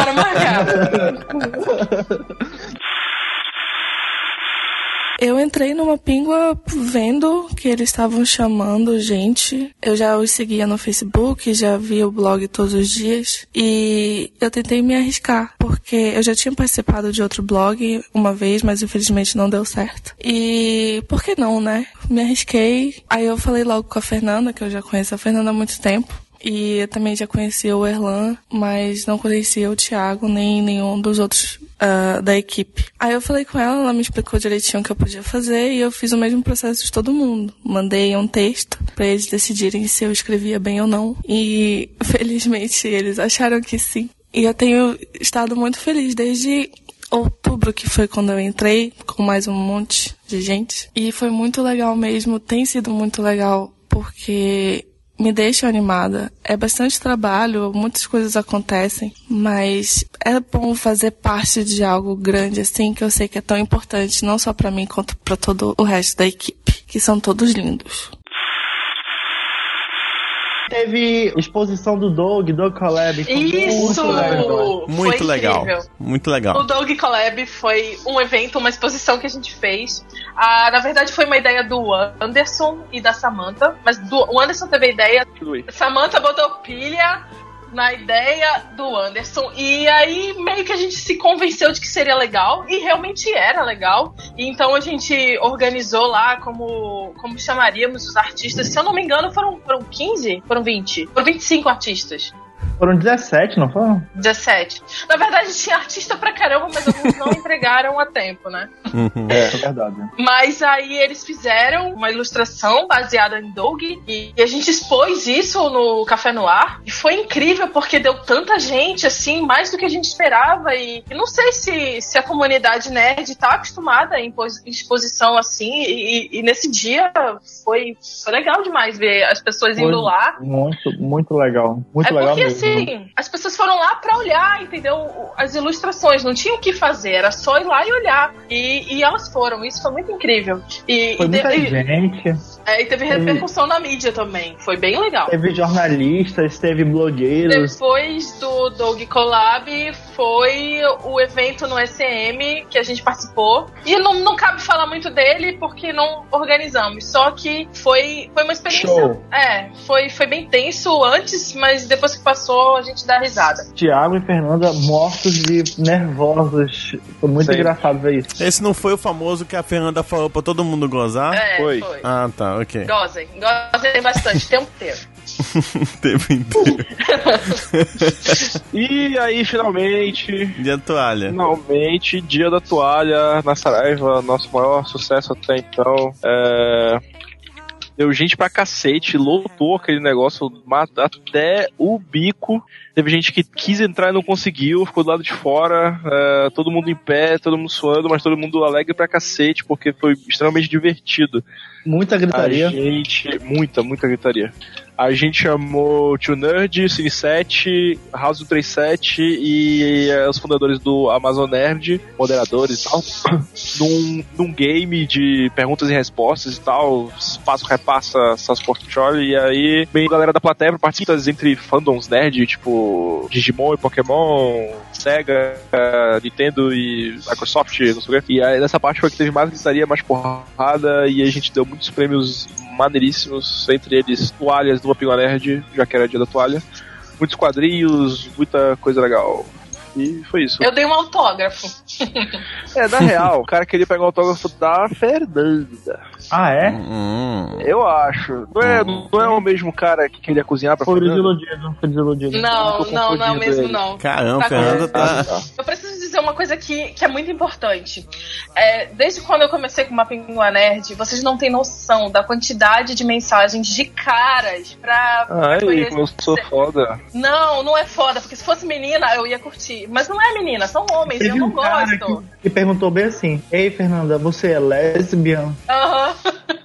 Eu entrei numa Pingua vendo que eles estavam chamando gente. Eu já os seguia no Facebook, já via o blog todos os dias. E eu tentei me arriscar, porque eu já tinha participado de outro blog uma vez, mas infelizmente não deu certo. E por que não, né? Me arrisquei. Aí eu falei logo com a Fernanda, que eu já conheço a Fernanda há muito tempo. E eu também já conhecia o Erlan, mas não conhecia o Thiago nem nenhum dos outros da equipe. Aí eu falei com ela me explicou direitinho o que eu podia fazer e eu fiz o mesmo processo de todo mundo. Mandei um texto pra eles decidirem se eu escrevia bem ou não. E felizmente eles acharam que sim. E eu tenho estado muito feliz desde outubro, que foi quando eu entrei, com mais um monte de gente. E foi muito legal mesmo, tem sido muito legal, porque me deixa animada. É bastante trabalho, muitas coisas acontecem, mas é bom fazer parte de algo grande assim, que eu sei que é tão importante, não só pra mim, quanto pra todo o resto da equipe, que são todos lindos. Teve exposição do Doug Collab. Isso! Muito legal. Muito legal. O Doug Collab foi um evento, uma exposição que a gente fez. Na verdade, foi uma ideia do Anderson e da Samantha. Mas o Anderson teve a ideia. Samantha botou pilha na ideia do Anderson. E aí, meio que a gente se convenceu de que seria legal. E realmente era legal. E então a gente organizou lá como chamaríamos os artistas. Se eu não me engano, foram 15? Foram 20? Foram 25 artistas. Foram 17, não foram? 17. Na verdade, tinha artista pra caramba, mas alguns não entregaram a tempo, né? É verdade. Mas aí eles fizeram uma ilustração baseada em Doug e a gente expôs isso no Café no Ar. E foi incrível, porque deu tanta gente, assim, mais do que a gente esperava. E não sei se a comunidade nerd tá acostumada em exposição assim. E nesse dia foi legal demais ver as pessoas indo lá. Muito legal. Muito legal porque, mesmo. Assim, as pessoas foram lá pra olhar, entendeu? As ilustrações, não tinham o que fazer, era só ir lá e olhar. E elas foram, isso foi muito incrível. Foi muita gente. E teve repercussão na mídia também, foi bem legal. Teve jornalistas, teve blogueiros. Depois do Doug Collab, foi o evento no SM que a gente participou. E não cabe falar muito dele porque não organizamos, só que foi uma experiência. Show. Foi bem tenso antes, mas depois que passou, a gente dá risada. Thiago e Fernanda mortos de nervosos. Foi muito engraçado ver isso. Esse não foi o famoso que a Fernanda falou pra todo mundo gozar? Foi. Ah, tá, ok. Gozem bastante, tempo inteiro. Tempo inteiro. E aí, finalmente... Dia da toalha. Finalmente, dia da toalha na Saraiva, nosso maior sucesso até então. Deu gente pra cacete, lotou aquele negócio até o bico. Teve gente que quis entrar e não conseguiu, ficou do lado de fora, todo mundo em pé, todo mundo suando, mas todo mundo alegre pra cacete, porque foi extremamente divertido. Muita gritaria. Muita gritaria. A gente chamou Tio Nerd, Cine7, House 37 e os fundadores do Amazon Nerd, moderadores e tal, num game de perguntas e respostas e tal, passa essas portfólios, e aí vem a galera da plateia pra participar entre fandoms nerd, tipo Digimon e Pokémon, Sega, Nintendo e Microsoft, não sei o quê. E aí nessa parte foi que teve mais gritaria, mais porrada, e a gente deu muitos prêmios maneiríssimos, entre eles toalhas do Uma Pingua Nerd, já que era dia da toalha, muitos quadrinhos, muita coisa legal. E foi isso. Eu dei um autógrafo. Na real, o cara queria pegar o autógrafo da Fernanda. Ah, é? Eu acho. Não é o mesmo cara que queria cozinhar pra Fernanda? Foi desiludido. Não é o mesmo, não. Caramba, Fernanda tá... Eu preciso dizer uma coisa que é muito importante. Desde quando eu comecei com uma Pinguim Nerd, vocês não têm noção da quantidade de mensagens de caras pra conhecer. Como eu sou foda. Não é foda, porque se fosse menina eu ia curtir. Mas não é menina, são homens, eu não gosto. E perguntou bem assim: ei, Fernanda, você é lésbica? Aham.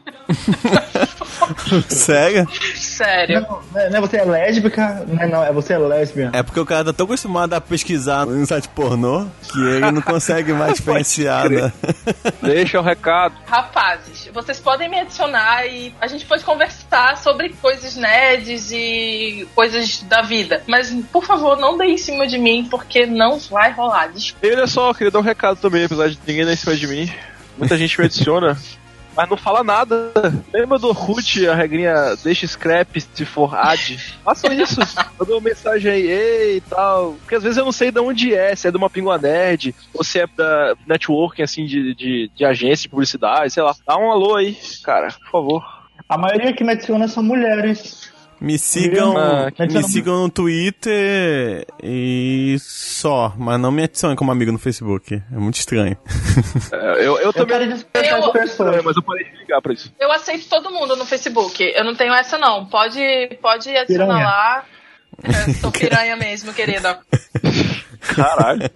Sério? Não, você é lésbica? Não, você é lésbica. É porque o cara tá tão acostumado a pesquisar no site pornô que ele não consegue mais diferenciar, né? Deixa o recado. Rapazes, vocês podem me adicionar e a gente pode conversar sobre coisas nerds e coisas da vida. Mas, por favor, não deem em cima de mim, porque não vai rolar. E olha só, eu queria dar um recado também, apesar de ninguém dar em cima de mim. Muita gente me adiciona, mas não fala nada. Lembra do Orkut, a regrinha deixa scrap se for ad? Façam isso. Eu dou uma mensagem aí, ei e tal. Porque às vezes eu não sei de onde se é de uma Pinguim Nerd, ou se é da networking, assim, de agência de publicidade, sei lá. Dá um alô aí, cara, por favor. A maioria que me adiciona são mulheres. Me sigam no Twitter e só, mas não me adicionem como amigo no Facebook. É muito estranho. Eu também mas eu parei de ligar pra isso. Eu aceito todo mundo no Facebook. Eu não tenho essa, não. Pode adicionar lá. Eu sou piranha mesmo, querida. Caralho.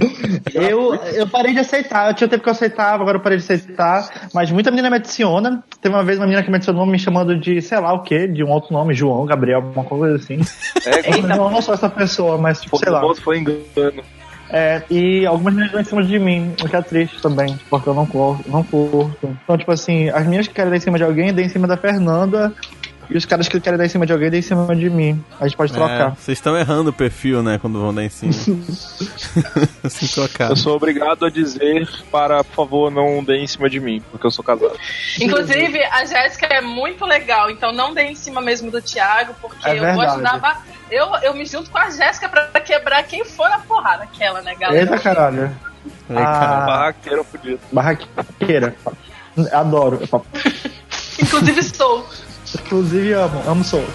Eu parei de aceitar. Eu tinha tempo que eu aceitava, agora eu parei de aceitar. Mas muita menina me adiciona. Teve uma vez uma menina que me adicionou me chamando de sei lá o que, de um outro nome, João, Gabriel, alguma coisa assim. Eu não sou essa pessoa, mas tipo, sei lá. Foi engano. E algumas meninas estão em cima de mim, o que é triste também, porque eu não curto. Então, tipo assim, as meninas que querem dar em cima de alguém, dão em cima da Fernanda. E os caras que querem dar em cima de alguém, dão em cima de mim. A gente pode trocar. Vocês estão errando o perfil, né, quando vão dar em cima. Assim, trocar. Eu sou obrigado a dizer por favor, não dê em cima de mim, porque eu sou casado. Inclusive, a Jéssica é muito legal, então não dê em cima mesmo do Thiago, porque eu vou ajudar. Eu me junto com a Jéssica pra quebrar quem for na porrada, aquela, né, galera? Eita caralho. Barraqueira fudido. Barraqueira. Adoro. Inclusive sou. Inclusive amo sou.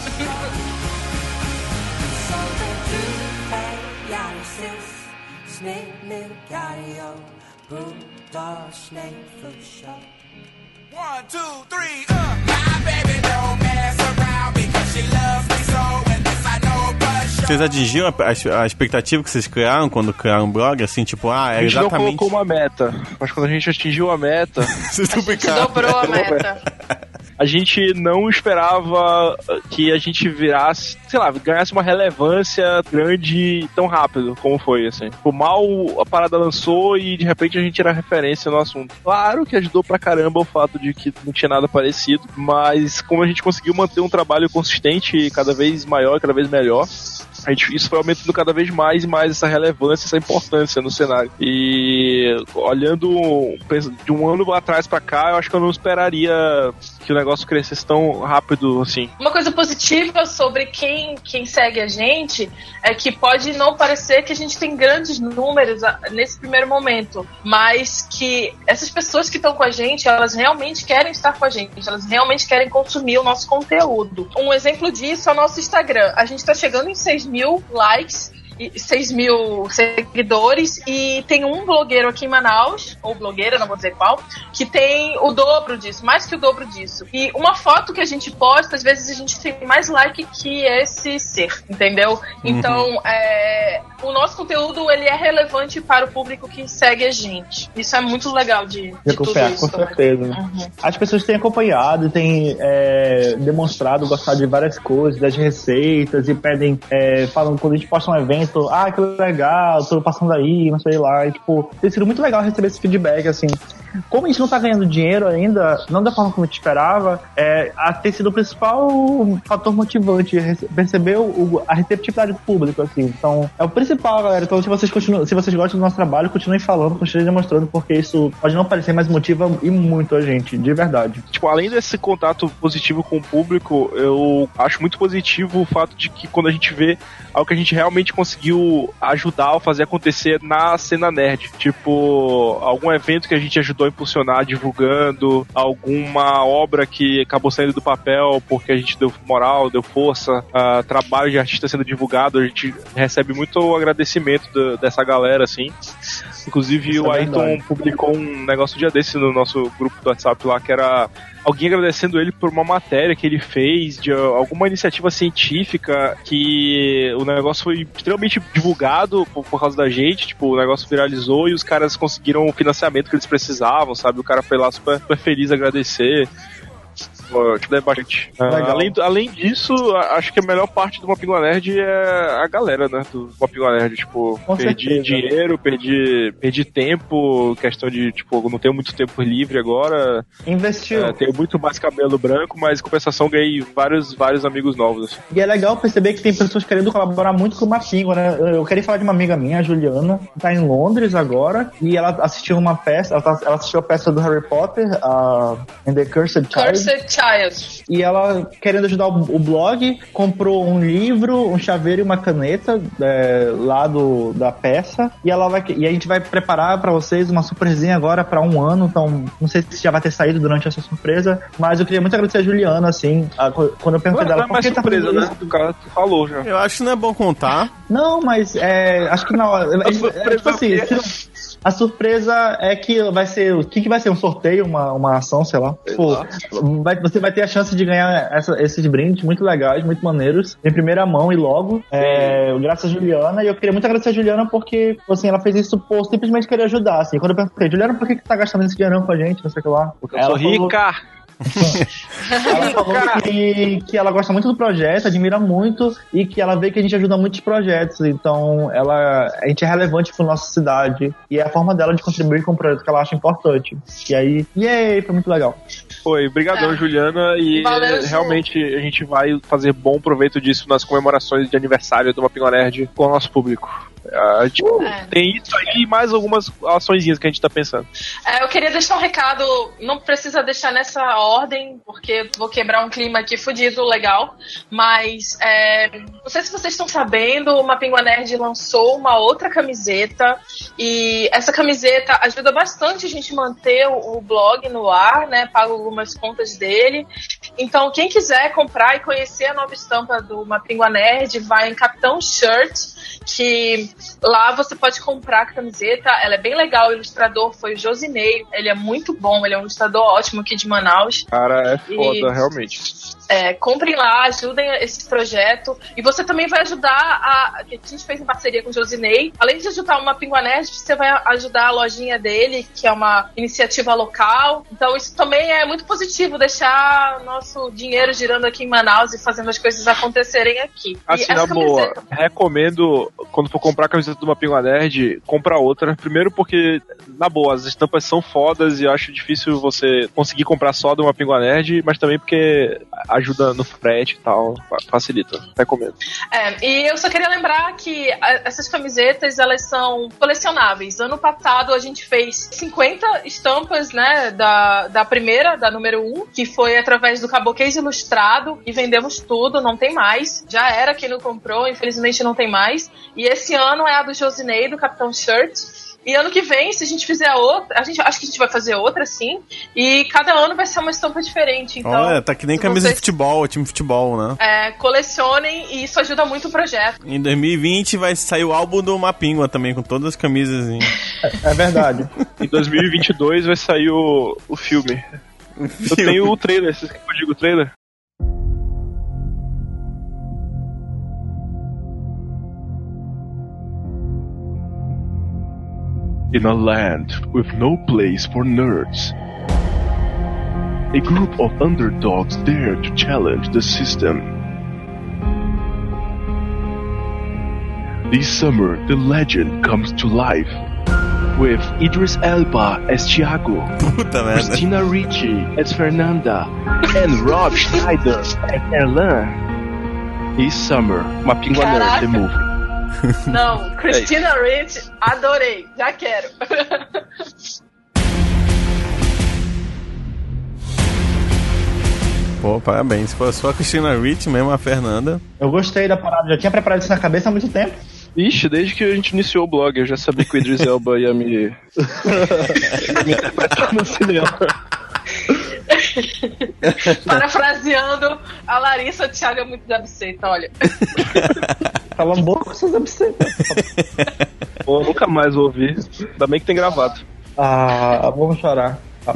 Vocês atingiram a expectativa que vocês criaram quando criaram um blog? Assim, tipo, a gente não colocou uma meta, mas quando a gente atingiu a meta... Vocês dobrou a meta. A gente não esperava que a gente virasse, sei lá, ganhasse uma relevância grande tão rápido como foi, assim. Por mal a parada lançou e de repente a gente era referência no assunto. Claro que ajudou pra caramba o fato de que não tinha nada parecido, mas como a gente conseguiu manter um trabalho consistente, cada vez maior, cada vez melhor, isso foi aumentando cada vez mais e mais essa relevância, essa importância no cenário. E olhando de um ano atrás pra cá, eu acho que eu não esperaria que o negócio crescesse tão rápido assim. Uma coisa positiva sobre quem segue a gente é que pode não parecer que a gente tem grandes números nesse primeiro momento, mas que essas pessoas que estão com a gente, elas realmente querem estar com a gente, elas realmente querem consumir o nosso conteúdo. Um exemplo disso é o nosso Instagram. A gente tá chegando em 6.000 likes, 6.000 seguidores, e tem um blogueiro aqui em Manaus, ou blogueira, não vou dizer qual, que tem o dobro disso, mais que o dobro disso. E uma foto que a gente posta, às vezes a gente tem mais like que esse ser, entendeu? Então, o nosso conteúdo, ele é relevante para o público que segue a gente. Isso é muito legal de tudo isso. Com certeza. As pessoas têm acompanhado, têm demonstrado gostar de várias coisas, das receitas, e pedem, falam, quando a gente posta um evento, que legal, tô passando aí, não sei lá, e tipo, tem sido muito legal receber esse feedback, assim. Como a gente não tá ganhando dinheiro ainda, não da forma como a gente esperava, tem sido o principal fator motivante, perceber a receptividade do público, assim. Então, é o principal, galera. Então, se vocês gostam do nosso trabalho, continuem falando, continuem demonstrando, porque isso pode não parecer, mas motiva e muito a gente, de verdade. Tipo, além desse contato positivo com o público, eu acho muito positivo o fato de que quando a gente vê algo que a gente realmente conseguiu conseguiu ajudar ou fazer acontecer na cena nerd. Tipo, algum evento que a gente ajudou a impulsionar, divulgando, alguma obra que acabou saindo do papel porque a gente deu moral, deu força, trabalho de artista sendo divulgado, a gente recebe muito agradecimento dessa galera, assim. Inclusive o Ayrton publicou um negócio um dia desse no nosso grupo do WhatsApp lá, que era alguém agradecendo ele por uma matéria que ele fez de alguma iniciativa científica, que o negócio foi extremamente divulgado por causa da gente, tipo, o negócio viralizou e os caras conseguiram o financiamento que eles precisavam, sabe? O cara foi lá super feliz agradecer. Tipo, é bastante. Além disso, acho que a melhor parte do Mapingua Nerd é a galera, né? Do Mapingua Nerd. Tipo, perdi dinheiro, perdi tempo, questão de, tipo, não tenho muito tempo livre agora. Investiu. Tenho muito mais cabelo branco, mas em compensação ganhei vários amigos novos. Assim. E é legal perceber que tem pessoas querendo colaborar muito com o Mapingua, né? Eu queria falar de uma amiga minha, a Juliana, que tá em Londres agora, e ela assistiu uma peça, ela assistiu a peça do Harry Potter, And the Cursed Child. E ela, querendo ajudar o blog, comprou um livro, um chaveiro e uma caneta lá da peça. E a gente vai preparar pra vocês uma surpresinha agora pra 1 ano. Então, não sei se já vai ter saído durante essa surpresa, mas eu queria muito agradecer a Juliana, assim, quando eu perguntei dela. Não é mais surpresa, né? O cara falou já. Eu acho que não é bom contar. Não, mas acho que na hora. Tipo assim, a surpresa é que vai ser. O que vai ser? Um sorteio, uma ação, sei lá. Pô, você vai ter a chance de ganhar esses brindes muito legais, muito maneiros, em primeira mão e logo. Graças a Juliana. E eu queria muito agradecer a Juliana porque, assim, ela fez isso por simplesmente querer ajudar. Assim. Quando eu perguntei, Juliana, por que tá gastando esse dinheirão com a gente? Não sei o que lá. Porque eu sou rica! Ela falou que ela gosta muito do projeto, admira muito e que ela vê que a gente ajuda muitos projetos, então a gente é relevante para nossa cidade e é a forma dela de contribuir com o projeto que ela acha importante. E aí, foi muito legal. Foi, brigadão, Juliana, e realmente a gente vai fazer bom proveito disso nas comemorações de aniversário do Mapingua Nerd com o nosso público. Tem isso aí e mais algumas açõezinhas que a gente tá pensando. Eu queria deixar um recado, não precisa deixar nessa ordem, porque vou quebrar um clima aqui fudido, legal, mas não sei se vocês estão sabendo, o Mapingua Nerd lançou uma outra camiseta, e essa camiseta ajuda bastante a gente manter o blog no ar, né, paga algumas contas dele, então quem quiser comprar e conhecer a nova estampa do Mapingua Nerd, vai em Capitão Shirt, que lá você pode comprar a camiseta, ela é bem legal, o ilustrador foi o Josinei, ele é muito bom, ele é um ilustrador ótimo aqui de Manaus. Cara, é foda, realmente. Comprem lá, ajudem esse projeto, e você também vai ajudar que a gente fez em parceria com o Josinei, além de ajudar o Mapingua Nerd, você vai ajudar a lojinha dele, que é uma iniciativa local, então isso também é muito positivo, deixar nosso dinheiro girando aqui em Manaus e fazendo as coisas acontecerem aqui. Assim, na boa, recomendo, quando for comprar a camiseta do Mapingua Nerd, compra outra, primeiro porque, na boa, as estampas são fodas e eu acho difícil você conseguir comprar só do Mapingua Nerd, mas também porque ajuda no frete e tal, facilita, recomendo. E eu só queria lembrar que essas camisetas, elas são colecionáveis. Ano passado a gente fez 50 estampas, né, da primeira, da número 1, que foi através do Caboquês Ilustrado, e vendemos tudo, não tem mais, já era quem não comprou, infelizmente não tem mais, e esse ano é a do Josinei, do Capitão Shirt. E ano que vem, se a gente fizer outra, acho que a gente vai fazer outra, sim. E cada ano vai ser uma estampa diferente. Então, olha, tá que nem camisa de futebol, time de futebol, né? Colecionem e isso ajuda muito o projeto. Em 2020 vai sair o álbum do Mapingua também, com todas as camisas. É verdade. Em 2022 vai sair o filme. Eu tenho o trailer, vocês querem que eu diga o trailer? In a land with no place for nerds, a group of underdogs dare to challenge the system. This summer, the legend comes to life with Idris Elba as Thiago, Christina Ricci as Fernanda, and Rob Schneider as Erlan. This summer, Mapingua Nerd, the movie. Não, Christina Ricci, adorei, já quero. Pô, parabéns. Se for só a Christina Ricci mesmo, a Fernanda. Eu gostei da parada, já tinha preparado isso na cabeça há muito tempo. Ixi, desde que a gente iniciou o blog, eu já sabia que o Idris Elba ia me interpretar no cinema. Parafraseando a Larissa, o Thiago é muito desabsenta, olha. Cala a boca com essas absentas. Pô, nunca mais vou ouvir. Ainda bem que tem gravado. Vamos chorar.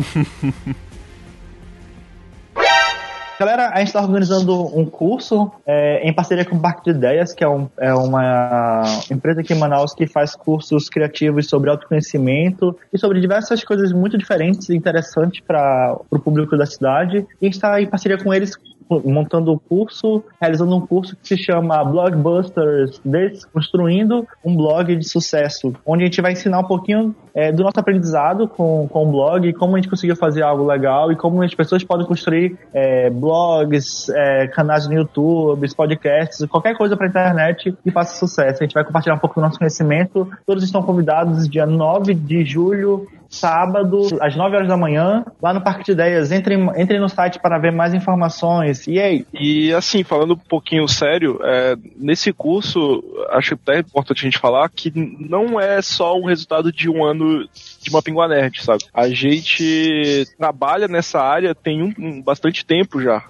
Galera, a gente está organizando um curso em parceria com o Parque de Ideias, que é uma empresa aqui em Manaus que faz cursos criativos sobre autoconhecimento e sobre diversas coisas muito diferentes e interessantes para o público da cidade. E a gente está em parceria com eles, montando o curso, realizando um curso que se chama Blogbusters, Desconstruindo um Blog de Sucesso, onde a gente vai ensinar um pouquinho do nosso aprendizado com o blog, como a gente conseguiu fazer algo legal e como as pessoas podem construir blogs, canais no YouTube, podcasts, qualquer coisa para a internet que faça sucesso. A gente vai compartilhar um pouco do nosso conhecimento. Todos estão convidados dia 9 de julho, sábado, às 9 horas da manhã, lá no Parque de Ideias. Entrem no site para ver mais informações. E aí? E assim, falando um pouquinho sério, nesse curso, acho até importante a gente falar que não é só um resultado de um ano de Mapinguá Nerd, sabe? A gente trabalha nessa área tem bastante tempo já.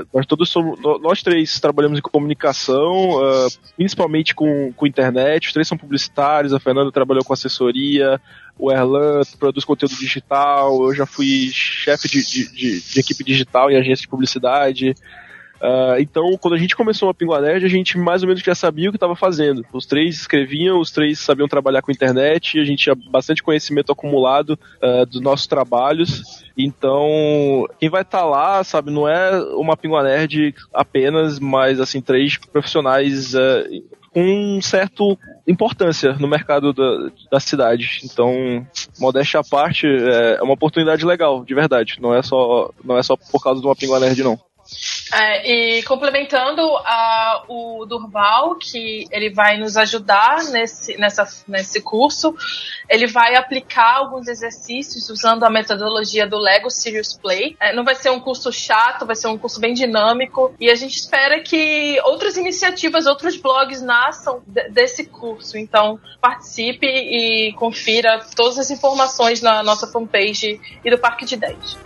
Nós três trabalhamos em comunicação, principalmente com internet. Os três são publicitários, a Fernanda trabalhou com assessoria, o Erlan produz conteúdo digital, eu já fui chefe de equipe digital em agência de publicidade. Então, quando a gente começou a Mapinguá Nerd, a gente mais ou menos já sabia o que estava fazendo. Os três escreviam, os três sabiam trabalhar com internet, a gente tinha bastante conhecimento acumulado dos nossos trabalhos. Então, quem vai estar lá, sabe, não é uma Mapinguá Nerd apenas, mas assim, três profissionais com certa importância no mercado da cidade. Então, modéstia à parte, é uma oportunidade legal, de verdade. Não é só por causa de uma Mapinguá Nerd, não. E complementando o Durval, que ele vai nos ajudar nesse curso, ele vai aplicar alguns exercícios usando a metodologia do Lego Serious Play. Não vai ser um curso chato, vai ser um curso bem dinâmico, e a gente espera que outras iniciativas, outros blogs nasçam desse curso. Então participe e confira todas as informações na nossa fanpage e do Parque de Ideias.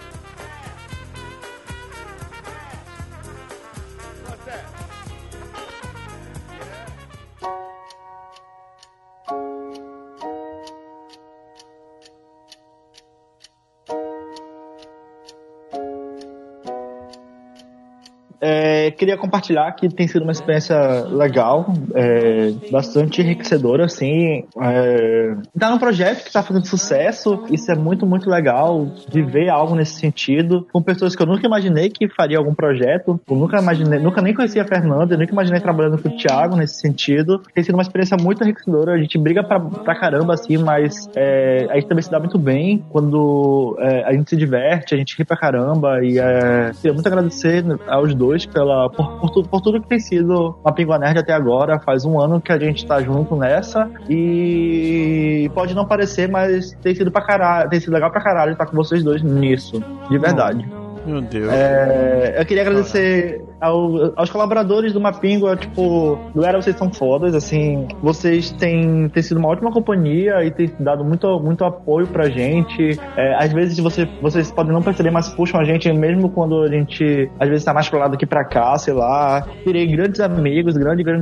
Queria compartilhar que tem sido uma experiência legal, bastante enriquecedora, assim. Tá num projeto que tá fazendo sucesso, isso é muito, muito legal, de ver algo nesse sentido, com pessoas que eu nunca imaginei que faria algum projeto, eu nunca nem conhecia a Fernanda, eu nunca imaginei trabalhando com o Thiago nesse sentido. Tem sido uma experiência muito enriquecedora, a gente briga pra caramba, assim, mas a gente também se dá muito bem quando a gente se diverte, a gente ri pra caramba, e queria muito agradecer aos dois por tudo que tem sido Mapinguá Nerd até agora. Faz um ano que a gente tá junto nessa, e pode não parecer, mas tem sido legal pra caralho estar com vocês dois nisso, de verdade. Meu Deus. Eu queria agradecer aos colaboradores do Mapingua, tipo, vocês são fodas, assim, vocês têm sido uma ótima companhia e têm dado muito apoio pra gente. Às vezes vocês podem não perceber, mas puxam a gente mesmo quando a gente às vezes tá mais pra lá do que pra cá, sei lá. Tirei grandes amigos.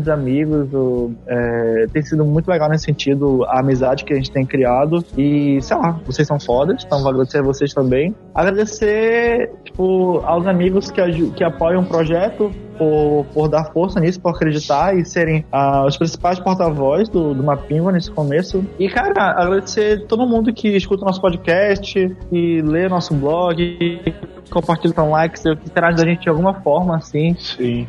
Tem sido muito legal nesse sentido a amizade que a gente tem criado, e sei lá, vocês são fodas, então vou agradecer a vocês também. Agradecer aos amigos que apoiam o projeto, por dar força nisso, por acreditar e serem os principais porta-voz do Mapinguá nesse começo. E, cara, agradecer todo mundo que escuta o nosso podcast e lê nosso blog, compartilha com likes, que interage da gente de alguma forma, assim. Sim.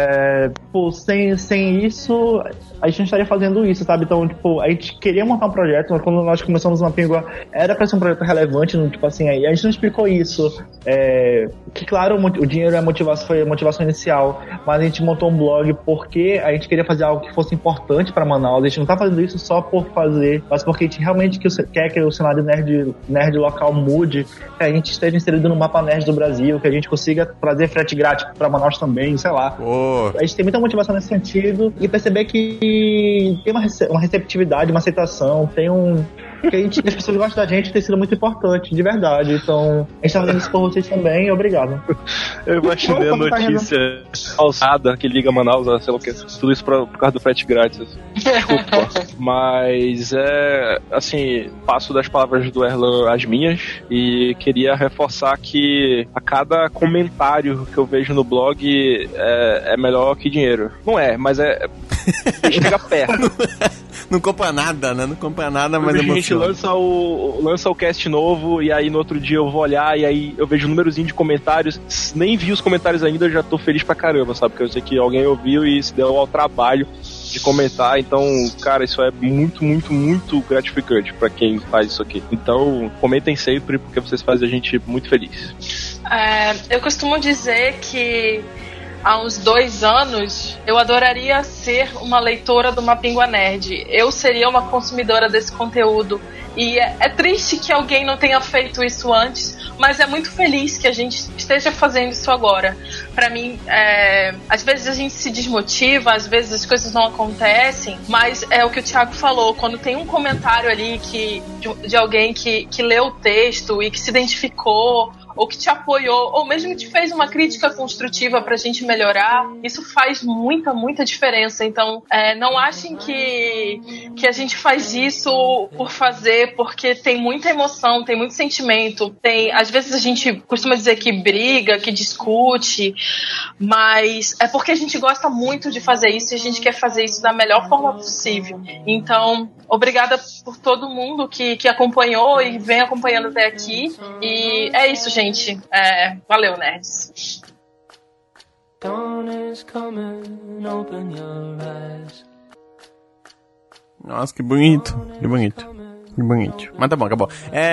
Sem isso, a gente não estaria fazendo isso, sabe? Então, a gente queria montar um projeto, mas quando nós começamos o Mapinguá, era pra ser um projeto relevante, assim, aí a gente não explicou isso. Que, claro, o dinheiro foi a motivação inicial, mas a gente montou um blog porque a gente queria fazer algo que fosse importante para Manaus. A gente não tá fazendo isso só por fazer, mas porque a gente realmente quer que o cenário nerd local mude, que a gente esteja inserido no mapa nerd do Brasil, que a gente consiga trazer frete grátis para Manaus também, sei lá. A gente tem muita motivação nesse sentido e perceber que tem uma receptividade, uma aceitação, tem que as pessoas gostam da gente, tem sido muito importante, de verdade. Então, a gente tá fazendo isso por vocês também, obrigado. Eu imaginei a notícia calçada que liga Manaus, sei lá o que, tudo isso por causa do frete grátis. Desculpa. Mas assim, passo das palavras do Erlan as minhas e queria reforçar que a cada comentário que eu vejo no blog é melhor que dinheiro. Não é, mas chega perto. Não compra nada, né? Não compra nada, mas a gente lança o cast novo e aí no outro dia eu vou olhar e aí eu vejo o númerozinho de comentários. Nem vi os comentários ainda, eu já tô feliz pra caramba, sabe? Porque eu sei que alguém ouviu e se deu ao trabalho de comentar. Então, cara, isso é muito, muito, muito gratificante pra quem faz isso aqui. Então, comentem sempre porque vocês fazem a gente muito feliz. Eu costumo dizer que há uns 2 anos, eu adoraria ser uma leitora do Mapingua Nerd. Eu seria uma consumidora desse conteúdo. E é triste que alguém não tenha feito isso antes, mas é muito feliz que a gente esteja fazendo isso agora. Pra mim, às vezes a gente se desmotiva, às vezes as coisas não acontecem, mas é o que o Thiago falou, quando tem um comentário ali de alguém que leu o texto e que se identificou, ou que te apoiou, ou mesmo que te fez uma crítica construtiva pra gente melhorar, isso faz muita, muita diferença. Então, não achem que a gente faz isso por fazer, porque tem muita emoção, tem muito sentimento, às vezes a gente costuma dizer que briga, que discute, mas é porque a gente gosta muito de fazer isso e a gente quer fazer isso da melhor forma possível. Então, obrigada por todo mundo que acompanhou e vem acompanhando até aqui. E é isso, gente. Valeu, nerds. Nossa, que bonito. Que bonito. Que bonito. Mas tá bom, acabou.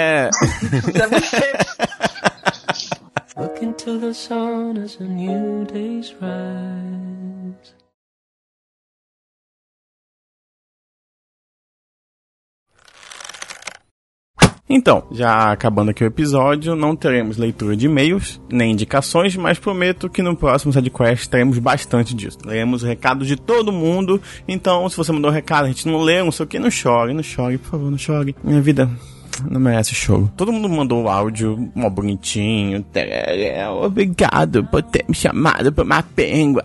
Look into the sun as a new day's rise. Então, já acabando aqui o episódio, não teremos leitura de e-mails, nem indicações, mas prometo que no próximo SideQuest teremos bastante disso. Leremos o recado de todo mundo, então se você mandou um recado, a gente não lê, não sei o que, não chore, por favor, não chore. Minha vida não merece choro. Todo mundo mandou o áudio, mó bonitinho. Obrigado por ter me chamado pra Mapingua.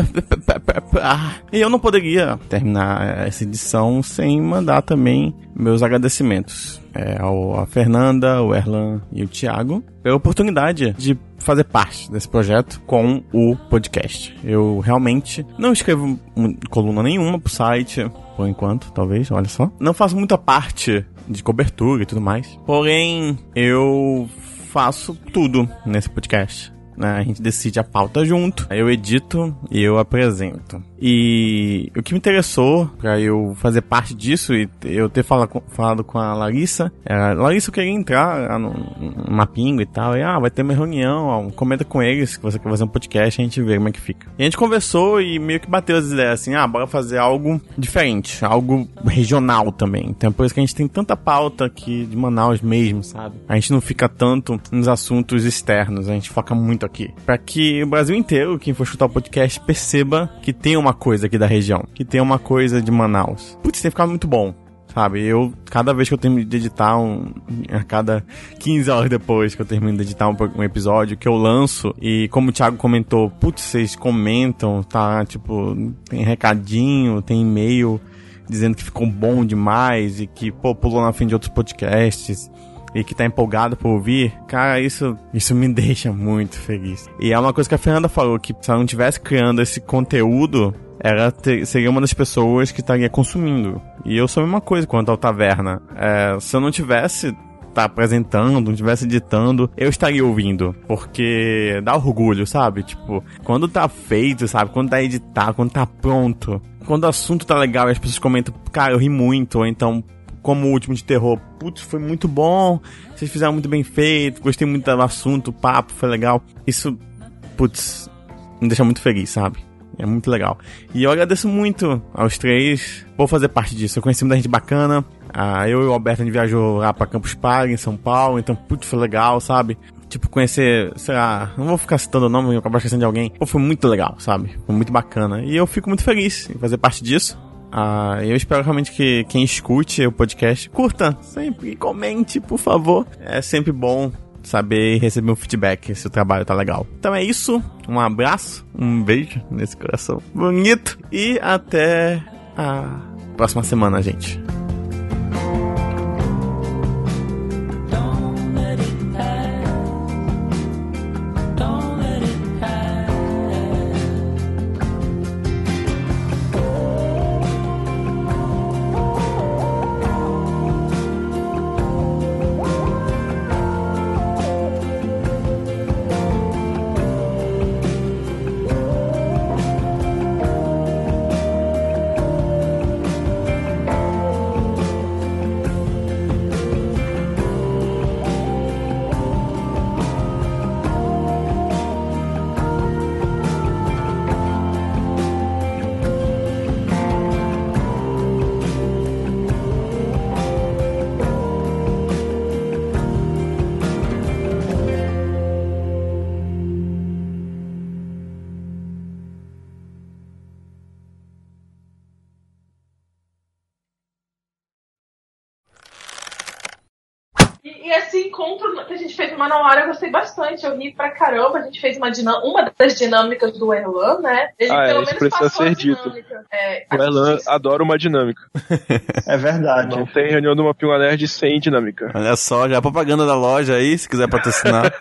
E eu não poderia terminar essa edição sem mandar também meus agradecimentos a Fernanda, o Erlan e o Thiago pela oportunidade de fazer parte desse projeto com o podcast. Eu realmente não escrevo coluna nenhuma pro site, por enquanto, talvez, olha só. Não faço muita parte de cobertura e tudo mais. Porém, eu faço tudo nesse podcast. A gente decide a pauta junto, eu edito e eu apresento. E o que me interessou pra eu fazer parte disso e eu ter falado com a Larissa, Larissa, eu queria entrar no Mapingua e tal, e vai ter uma reunião, comenta com eles que você quer fazer um podcast, a gente vê como é que fica. E a gente conversou e meio que bateu as ideias assim, bora fazer algo diferente, algo regional também. Então por isso que a gente tem tanta pauta aqui de Manaus mesmo, sabe? A gente não fica tanto nos assuntos externos, a gente foca muito aqui. Pra que o Brasil inteiro, quem for escutar o podcast, perceba que tem uma coisa aqui da região, que tem uma coisa de Manaus. Putz, tem ficado muito bom, sabe? Cada vez que eu termino de editar, a cada 15 horas depois que eu termino de editar um episódio, que eu lanço, e como o Thiago comentou, putz, vocês comentam, tá? Tipo, tem recadinho, tem e-mail dizendo que ficou bom demais e que, pulou na frente de outros podcasts. E que tá empolgado por ouvir, cara, isso me deixa muito feliz. E é uma coisa que a Fernanda falou, que se ela não estivesse criando esse conteúdo, ela seria uma das pessoas que estaria consumindo. E eu sou a mesma coisa quanto ao Taverna. Se eu não tivesse apresentando, não estivesse editando, eu estaria ouvindo. Porque dá orgulho, sabe? Tipo, quando tá feito, sabe? Quando tá editado, quando tá pronto. Quando o assunto tá legal e as pessoas comentam, cara, eu ri muito, ou então... Como o último de terror, putz, foi muito bom, vocês fizeram muito bem feito, gostei muito do assunto, o papo foi legal. Isso, putz, me deixa muito feliz, sabe? É muito legal. E eu agradeço muito aos três por fazer parte disso. Eu conheci muita gente bacana. Eu e o Alberto, a gente viajou lá pra Campus Party, em São Paulo. Então, putz, foi legal, sabe? Tipo, conhecer, sei lá, não vou ficar citando o nome, eu acabo esquecendo de alguém. Pô, foi muito legal, sabe? Foi muito bacana. E eu fico muito feliz em fazer parte disso. Eu espero realmente que quem escute o podcast curta sempre e comente, por favor. É sempre bom saber e receber um feedback se o trabalho tá legal. Então é isso. Um abraço, um beijo nesse coração bonito. E até a próxima semana, gente. E esse encontro que a gente fez no Manauara eu gostei bastante. Eu ri pra caramba. A gente fez uma das dinâmicas do Erlan, né? Ele pelo menos precisa ser dito. O Erlan adora uma dinâmica. É verdade. Não tem reunião de uma Pinguim Nerd sem dinâmica. Olha só, já a propaganda da loja aí, se quiser patrocinar.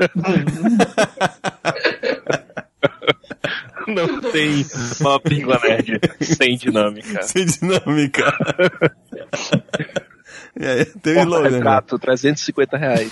Não tem uma Pinguim Nerd sem dinâmica. Sem dinâmica. E aí, tem o slogan, retrato, R$350.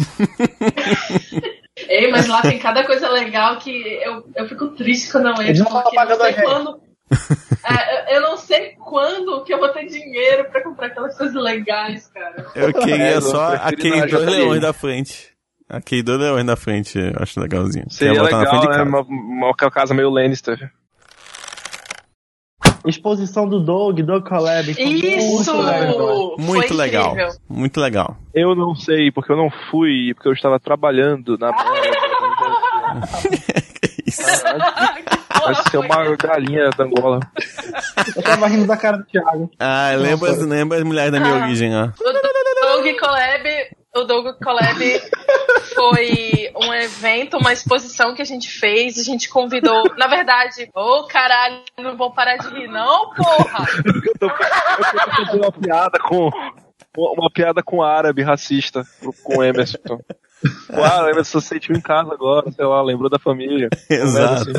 Ei, mas lá tem cada coisa legal que eu fico triste quando eu entro, porque eu não sei quando. Eu não sei quando que eu vou ter dinheiro pra comprar aquelas coisas legais, cara. Eu queria só aqueles 2 leões da frente. Aqueles 2 leões da frente, eu acho legalzinho. Seria legal, na frente de casa. Né? Uma casa meio Lannister. Exposição do Doug Collab. Isso! Muito legal. Muito legal. Eu não sei, porque eu não fui, porque eu estava trabalhando na Isso. Vai ser uma galinha da Angola. Eu tava rindo da cara do Thiago. Lembra as mulheres da minha origem, ó. O Doug Collab foi um evento, uma exposição que a gente fez. A gente convidou. Na verdade, caralho, não vou parar de rir, não, porra! Eu tô fazendo uma piada com árabe racista com o Emerson. O Emerson se sentiu em casa agora, sei lá, lembrou da família. Exato.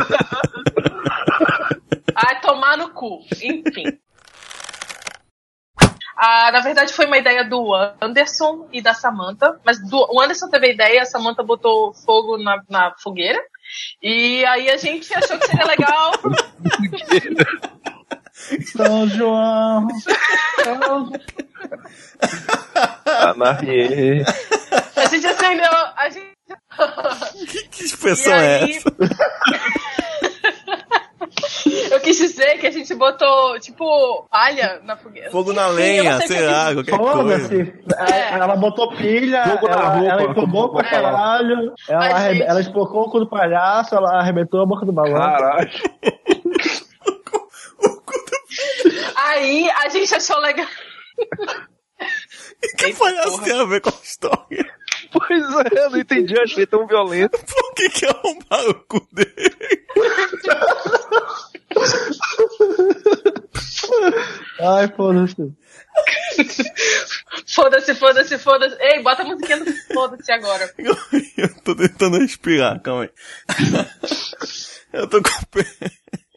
Tomar no cu. Enfim. Na verdade foi uma ideia do Anderson e da Samantha, mas o Anderson teve a ideia, a Samantha botou fogo na fogueira, e aí a gente achou que seria legal. São João. A gente acendeu. Que expressão é essa? Eu quis dizer que a gente botou, tipo, palha na fogueira. Fogo na lenha, sei lá, qualquer coisa. Ela botou pilha, ela empolgou pra caralho, ela espocou o cu do palhaço, ela arrebentou a boca do balão. Caralho. Aí a gente achou legal. O que o palhaço tem a ver com a história? Pois é, eu não entendi, eu achei tão violento. Por que arrombaram o cu dele? Ai, foda-se. Foda-se. Ei, bota a musiquinha do foda-se agora. Eu tô tentando respirar, calma aí. Eu tô com